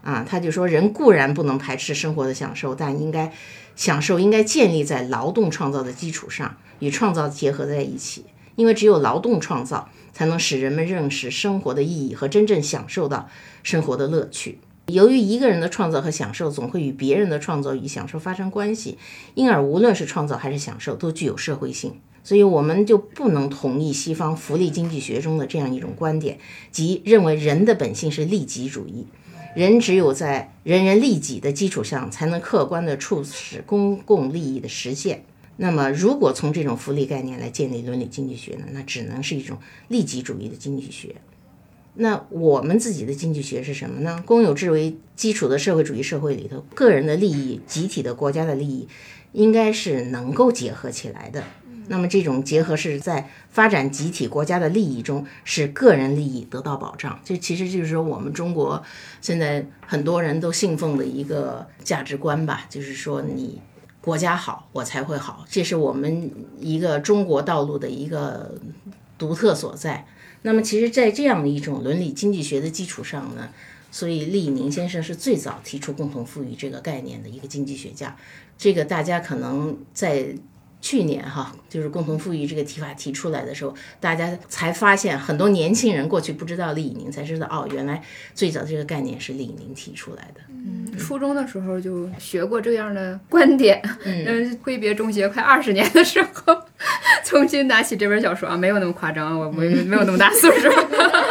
啊，他就说人固然不能排斥生活的享受，但应该享受应该建立在劳动创造的基础上，与创造结合在一起。因为只有劳动创造，才能使人们认识生活的意义和真正享受到生活的乐趣。由于一个人的创造和享受总会与别人的创造与享受发生关系，因而无论是创造还是享受都具有社会性。所以我们就不能同意西方福利经济学中的这样一种观点，即认为人的本性是利己主义，人只有在人人利己的基础上，才能客观地促使公共利益的实现。那么如果从这种福利概念来建立伦理经济学呢，那只能是一种利己主义的经济学。那我们自己的经济学是什么呢？公有制为基础的社会主义社会里头，个人的利益、集体的国家的利益应该是能够结合起来的。那么这种结合是在发展集体国家的利益中，使个人利益得到保障。这其实就是说我们中国现在很多人都信奉的一个价值观吧，就是说你国家好我才会好，这是我们一个中国道路的一个独特所在。那么其实在这样的一种伦理经济学的基础上呢，所以厉以宁先生是最早提出共同富裕这个概念的一个经济学家。这个大家可能在去年哈，就是共同富裕这个提法提出来的时候，大家才发现，很多年轻人过去不知道厉以宁，才知道哦，原来最早这个概念是厉以宁提出来的。 嗯，初中的时候就学过这样的观点。嗯，挥别中学快二十年的时候，重新拿起这本小说啊，没有那么夸张，我没没有那么大岁数。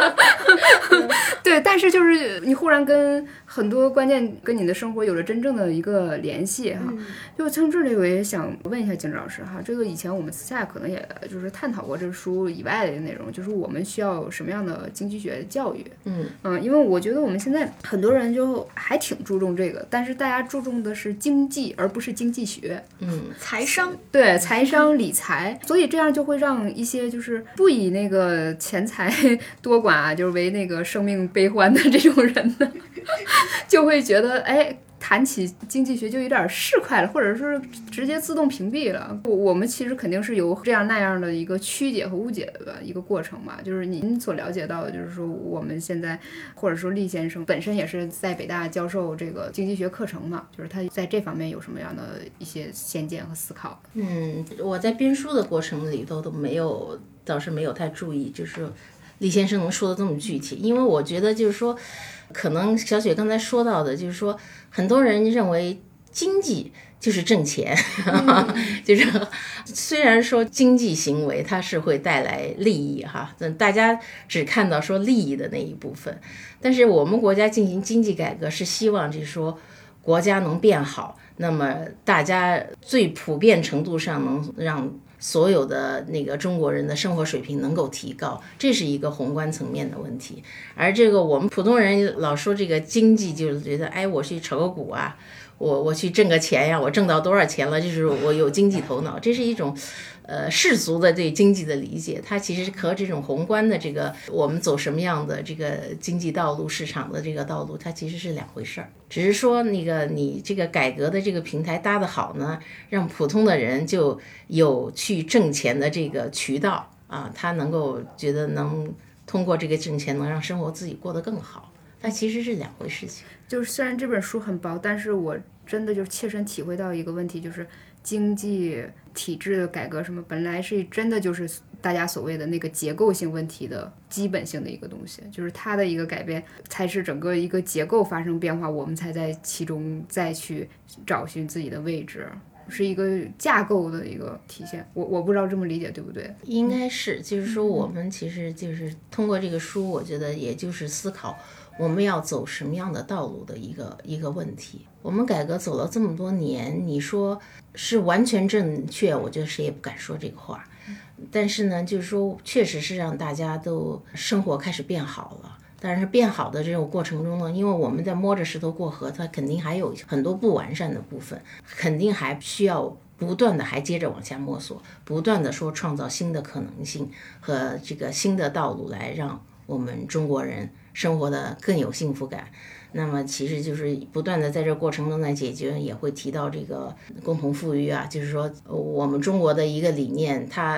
对，但是就是你忽然跟很多关键跟你的生活有了真正的一个联系哈。嗯、就从这里我也想问一下金老师哈，这个以前我们私下可能也就是探讨过这书以外的内容，就是我们需要什么样的经济学教育？嗯嗯，因为我觉得我们现在很多人就还挺注重这个，但是大家注重的是经济而不是经济学。 嗯，财商， 对，财商理财，所以这样就会让一些就是不以那个钱财多寡啊，就是为那个生命悲欢的这种人呢，就会觉得哎，谈起经济学就有点市侩了，或者是直接自动屏蔽了。我我们其实肯定是有这样那样的一个曲解和误解的一个过程吧。就是您所了解到的，就是说我们现在或者说厉先生本身也是在北大教授这个经济学课程嘛，就是他在这方面有什么样的一些先见和思考？ 嗯，我在编书的过程里头都没有，倒是没有太注意，就是厉先生能说的这么具体，因为我觉得就是说，可能小雪刚才说到的，就是说很多人认为经济就是挣钱，嗯、就是虽然说经济行为它是会带来利益哈，大家只看到说利益的那一部分，但是我们国家进行经济改革是希望就是说国家能变好，那么大家最普遍程度上能让所有的那个中国人的生活水平能够提高，这是一个宏观层面的问题。而这个我们普通人老说这个经济，就是觉得哎，我去炒个股啊，我我去挣个钱呀，我挣到多少钱了，就是我有经济头脑，这是一种呃世俗的对经济的理解。它其实和这种宏观的这个我们走什么样的这个经济道路、市场的这个道路，它其实是两回事儿。只是说那个你这个改革的这个平台搭得好呢，让普通的人就有去挣钱的这个渠道啊，他能够觉得能通过这个挣钱能让生活自己过得更好，它其实是两回事情。 就是虽然这本书很薄，但是我真的就切身体会到一个问题，就是经济体制的改革什么本来是真的就是大家所谓的那个结构性问题的基本性的一个东西，就是它的一个改变才是整个一个结构发生变化，我们才在其中再去找寻自己的位置，是一个架构的一个体现。我我不知道这么理解对不对？ 应该是，就是说我们其实就是通过这个书，我觉得也就是思考我们要走什么样的道路的一个一个问题。我们改革走了这么多年，你说是完全正确，我觉得谁也不敢说这个话。但是呢，就是说确实是让大家都生活开始变好了。但是变好的这种过程中呢，因为我们在摸着石头过河，它肯定还有很多不完善的部分，肯定还需要不断的还接着往下摸索，不断的说创造新的可能性和这个新的道路，来让我们中国人生活的更有幸福感。那么其实就是不断的在这过程中来解决，也会提到这个共同富裕啊，就是说我们中国的一个理念，它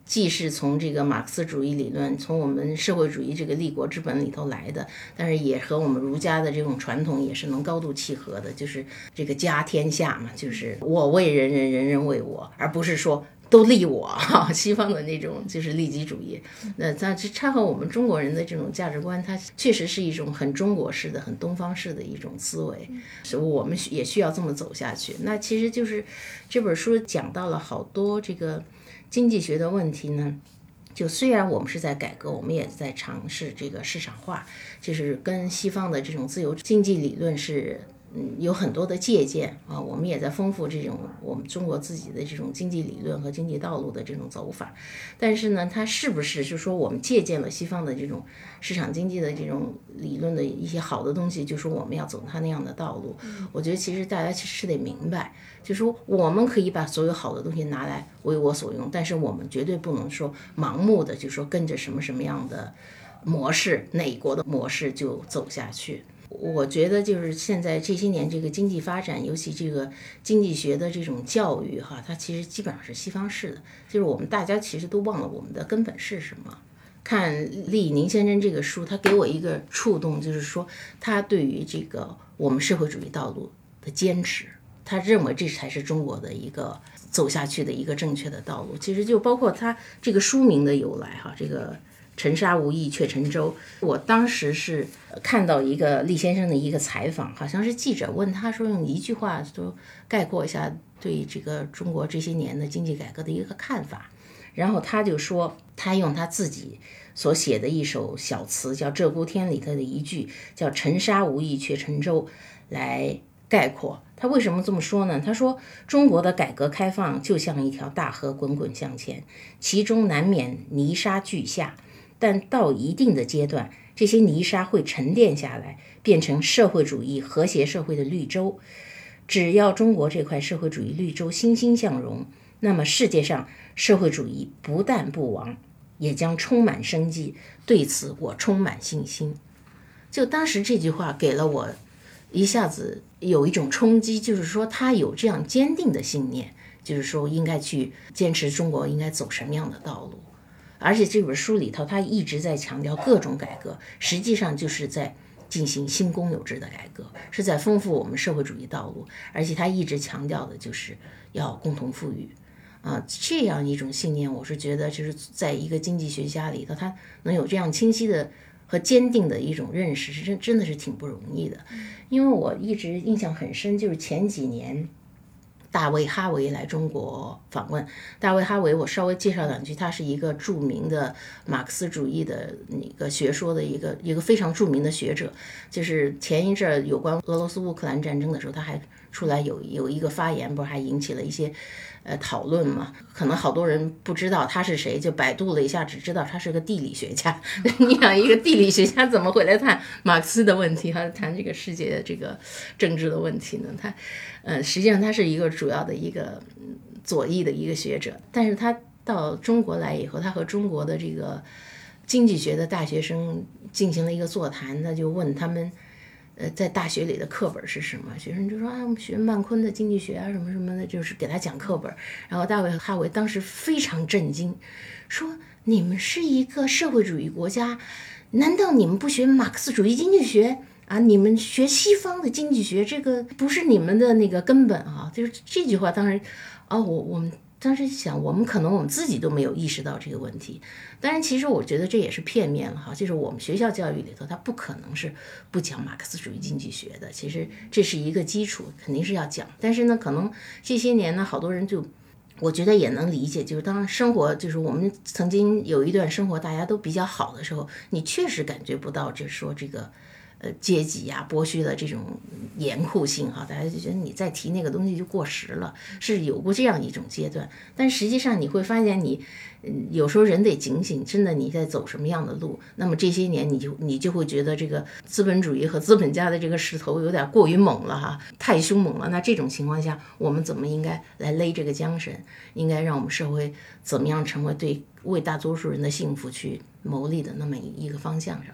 既是从这个马克思主义理论，从我们社会主义这个立国之本里头来的，但是也和我们儒家的这种传统也是能高度契合的，就是这个家天下嘛，就是我为人人，人人为我，而不是说都利我哈，西方的那种就是利己主义。那它它和我们中国人的这种价值观，它确实是一种很中国式的、很东方式的一种思维，所以我们也需要这么走下去。那其实就是这本书讲到了好多这个经济学的问题呢。就虽然我们是在改革，我们也在尝试这个市场化，就是跟西方的这种自由经济理论是嗯，有很多的借鉴啊，我们也在丰富这种我们中国自己的这种经济理论和经济道路的这种走法。但是呢，它是不是就是说我们借鉴了西方的这种市场经济的这种理论的一些好的东西，就说我们要走它那样的道路？我觉得其实大家其实得明白，就是说我们可以把所有好的东西拿来为我所用，但是我们绝对不能说盲目的就说跟着什么什么样的模式，哪国的模式就走下去。我觉得就是现在这些年这个经济发展，尤其这个经济学的这种教育哈，它其实基本上是西方式的，就是我们大家其实都忘了我们的根本是什么。看厉以宁先生这个书，他给我一个触动，就是说他对于这个我们社会主义道路的坚持，他认为这才是中国的一个走下去的一个正确的道路。其实就包括他这个书名的由来哈，这个沉沙无益却沉舟。我当时是看到一个厉先生的一个采访，好像是记者问他说，用一句话就概括一下对这个中国这些年的经济改革的一个看法。然后他就说，他用他自己所写的一首小词叫《鹧鸪天》里头的一句叫沉沙无益却沉舟来概括。他为什么这么说呢？他说中国的改革开放就像一条大河滚滚向前，其中难免泥沙俱下，但到一定的阶段，这些泥沙会沉淀下来，变成社会主义和谐社会的绿洲。只要中国这块社会主义绿洲欣欣向荣，那么世界上社会主义不但不亡，也将充满生机。对此我充满信心。就当时这句话给了我一下子有一种冲击，就是说他有这样坚定的信念，就是说应该去坚持中国应该走什么样的道路。而且这本书里头他一直在强调各种改革，实际上就是在进行新公有制的改革，是在丰富我们社会主义道路。而且他一直强调的就是要共同富裕啊，这样一种信念，我是觉得就是在一个经济学家里头，他能有这样清晰的和坚定的一种认识，是真真的是挺不容易的。因为我一直印象很深，就是前几年大卫哈维来中国访问。大卫哈维我稍微介绍两句，他是一个著名的马克思主义的那个学说的一个一个非常著名的学者。就是前一阵有关俄罗斯乌克兰战争的时候，他还出来有有一个发言，不是还引起了一些呃讨论嘛？可能好多人不知道他是谁，就百度了一下，只知道他是个地理学家。你想一个地理学家怎么会来谈马克思的问题，还谈这个世界的这个政治的问题呢？他呃，实际上他是一个主要的一个左翼的一个学者，但是他到中国来以后，他和中国的这个经济学的大学生进行了一个座谈，他就问他们呃，在大学里的课本是什么？学生就说啊，我们学曼昆的经济学啊，什么什么的，就是给他讲课本。然后大卫哈维当时非常震惊，说你们是一个社会主义国家，难道你们不学马克思主义经济学啊？你们学西方的经济学，这个不是你们的那个根本啊！就是这句话，当时啊，我我们当时想，我们可能我们自己都没有意识到这个问题。当然，其实我觉得这也是片面了哈，就是我们学校教育里头，它不可能是不讲马克思主义经济学的。其实这是一个基础，肯定是要讲。但是呢，可能这些年呢，好多人就，我觉得也能理解，就是当生活，就是我们曾经有一段生活大家都比较好的时候，你确实感觉不到，就是说这个。呃，阶级呀、啊、剥削的这种严酷性哈，大家就觉得你再提那个东西就过时了，是有过这样一种阶段。但实际上你会发现你，嗯，有时候人得警醒，真的你在走什么样的路。那么这些年你就你就会觉得这个资本主义和资本家的这个势头有点过于猛了哈，太凶猛了。那这种情况下，我们怎么应该来勒这个缰绳？应该让我们社会怎么样成为对为大多数人的幸福去谋利的那么一个方向上去？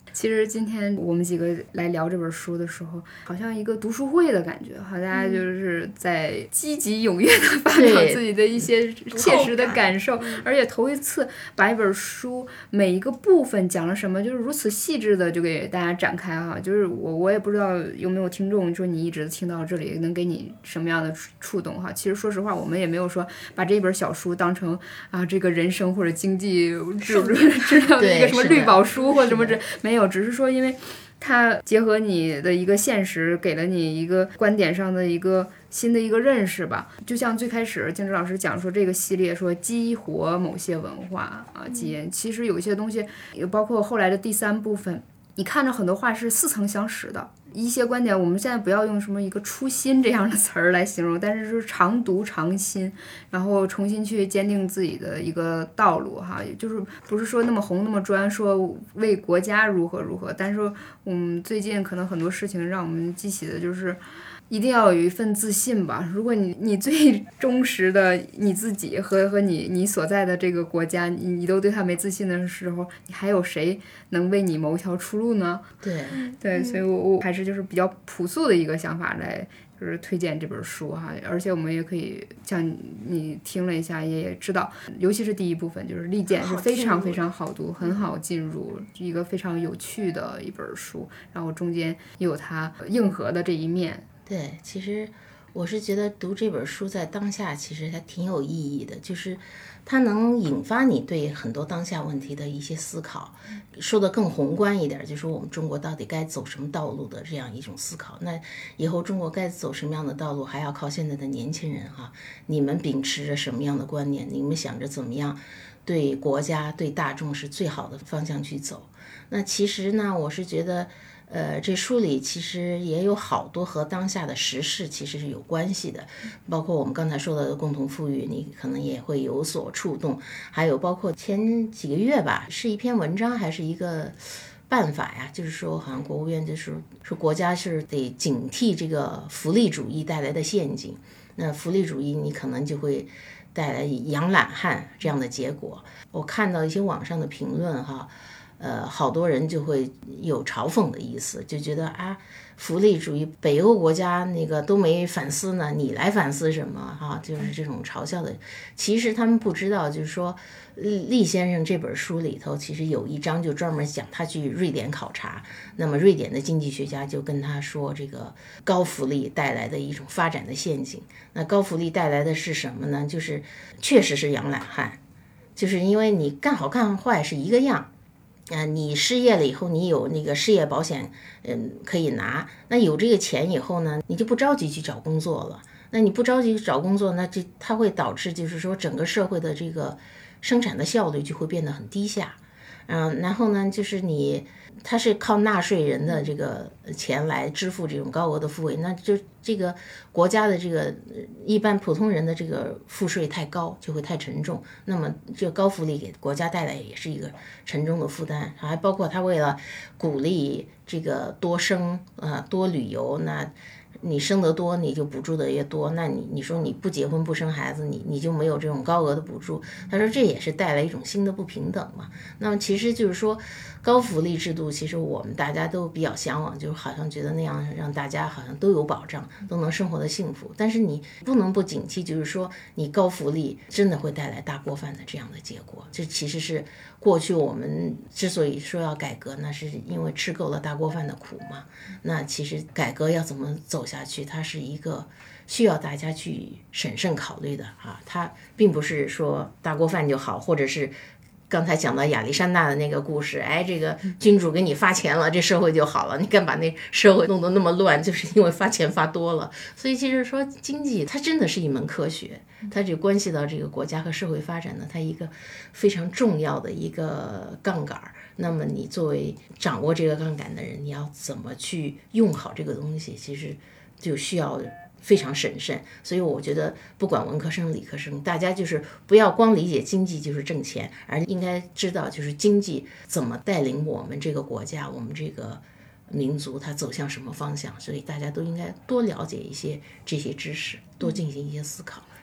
其实今天我们几个来聊这本书的时候，好像一个读书会的感觉，好像大家就是在积极踊跃的发表自己的一些切实的感受，而且头一次把一本书每一个部分讲了什么，就是如此细致的就给大家展开哈。就是我我也不知道有没有听众说你一直听到这里能给你什么样的触动哈。其实说实话，我们也没有说把这本小书当成啊这个人生或者经济知知道的一个什么绿宝书或者什么这没有。只是说因为它结合你的一个现实，给了你一个观点上的一个新的一个认识吧。就像最开始静之老师讲说这个系列说激活某些文化啊基因，其实有一些东西也包括后来的第三部分，你看着很多话是似曾相识的一些观点，我们现在不要用什么一个初心这样的词儿来形容，但是是常读常新，然后重新去坚定自己的一个道路哈，就是不是说那么红那么专，说为国家如何如何，但是我们最近可能很多事情让我们记起的就是一定要有一份自信吧。如果你你最忠实的你自己和和你你所在的这个国家，你你都对他没自信的时候，你还有谁能为你谋一条出路呢？ 对对，所以我我还是就是比较朴素的一个想法来就是推荐这本书哈。而且我们也可以像你听了一下也知道，尤其是第一部分就是利剑是非常非常好读，很好进入，一个非常有趣的一本书，然后中间有它硬核的这一面。 对，其实我是觉得读这本书在当下其实它挺有意义的，就是它能引发你对很多当下问题的一些思考，说得更宏观一点，就是说我们中国到底该走什么道路的这样一种思考。那以后中国该走什么样的道路，还要靠现在的年轻人哈，你们秉持着什么样的观念，你们想着怎么样对国家对大众是最好的方向去走。那其实呢，我是觉得呃，这书里其实也有好多和当下的时事其实是有关系的，包括我们刚才说的共同富裕，你可能也会有所触动，还有包括前几个月吧，是一篇文章还是一个办法呀，就是说好像国务院就是说国家是得警惕这个福利主义带来的陷阱，那福利主义你可能就会带来养懒汉这样的结果。我看到一些网上的评论哈，呃，好多人就会有嘲讽的意思，就觉得啊，福利主义北欧国家那个都没反思呢，你来反思什么哈？就是这种嘲笑的。其实他们不知道，就是说厉先生这本书里头其实有一章就专门讲他去瑞典考察，那么瑞典的经济学家就跟他说，这个高福利带来的一种发展的陷阱。那高福利带来的是什么呢？就是确实是养懒汉，就是因为你干好干坏是一个样。呃，你失业了以后，你有那个失业保险，嗯，可以拿。那有这个钱以后呢，你就不着急去找工作了。那你不着急找工作，那这它会导致就是说整个社会的这个生产的效率就会变得很低下。嗯，然后呢，就是你它是靠纳税人的这个钱来支付这种高额的赋税，那就这个国家的这个一般普通人的这个赋税太高，就会太沉重。那么这个高福利给国家带来也是一个沉重的负担，还包括他为了鼓励这个多生呃多旅游，那你生得多，你就补助的越多，那你你说你不结婚不生孩子，你你就没有这种高额的补助。他说这也是带来一种新的不平等嘛。那么其实就是说高福利制度，其实我们大家都比较向往，就好像觉得那样让大家好像都有保障，都能生活的幸福。但是你不能不警惕，就是说你高福利真的会带来大锅饭的这样的结果。这其实是过去我们之所以说要改革，那是因为吃够了大锅饭的苦嘛。那其实改革要怎么走下去，它是一个需要大家去审慎考虑的啊。它并不是说大锅饭就好，或者是刚才讲到亚历山大的那个故事，哎，这个君主给你发钱了，这社会就好了。你敢把那社会弄得那么乱，就是因为发钱发多了。所以其实说经济它真的是一门科学，它就关系到这个国家和社会发展的它一个非常重要的一个杠杆。那么你作为掌握这个杠杆的人，你要怎么去用好这个东西，其实就需要非常审慎。所以我觉得不管文科生理科生，大家就是不要光理解经济就是挣钱，而应该知道就是经济怎么带领我们这个国家，我们这个民族它走向什么方向。所以大家都应该多了解一些这些知识，多进行一些思考，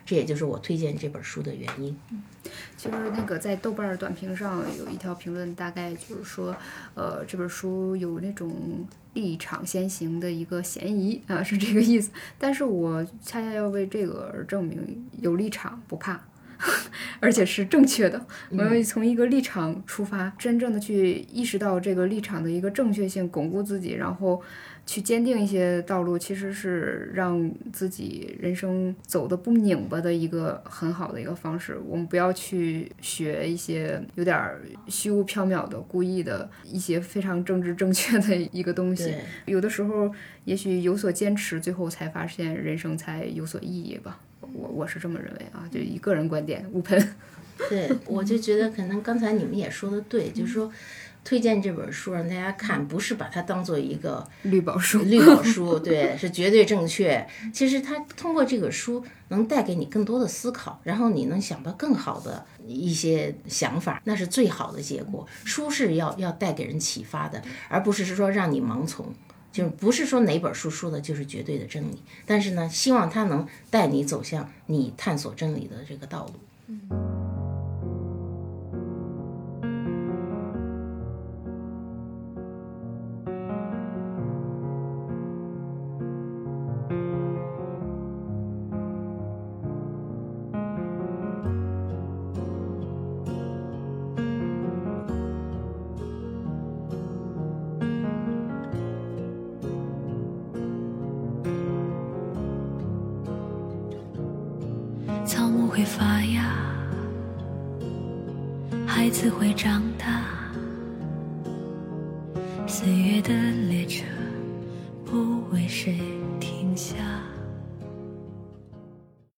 这也就是我推荐这本书的原因。 其实那个在豆瓣短评上有一条评论，大概就是说，呃，这本书有那种立场先行的一个嫌疑啊，是这个意思。但是我恰恰要为这个而证明，有立场不怕。而且是正确的，我要从一个立场出发，真正的去意识到这个立场的一个正确性，巩固自己，然后去坚定一些道路，其实是让自己人生走得不拧巴的一个很好的一个方式。我们不要去学一些有点虚无缥缈的、故意的一些非常政治正确的一个东西。有的时候也许有所坚持，最后才发现人生才有所意义吧。我我是这么认为啊，就以个人观点无喷。 对，我就觉得可能刚才你们也说的对，就是说推荐这本书让大家看，不是把它当做一个绿宝书， 绿宝书，对，是绝对正确。其实它通过这个书能带给你更多的思考，然后你能想到更好的一些想法，那是最好的结果。书是要要带给人启发的，而不是说让你盲从。就是不是说哪本书说的就是绝对的真理，但是呢，希望它能带你走向你探索真理的这个道路。嗯。 草木会发芽，孩子会长大，岁月的列车不为谁停下。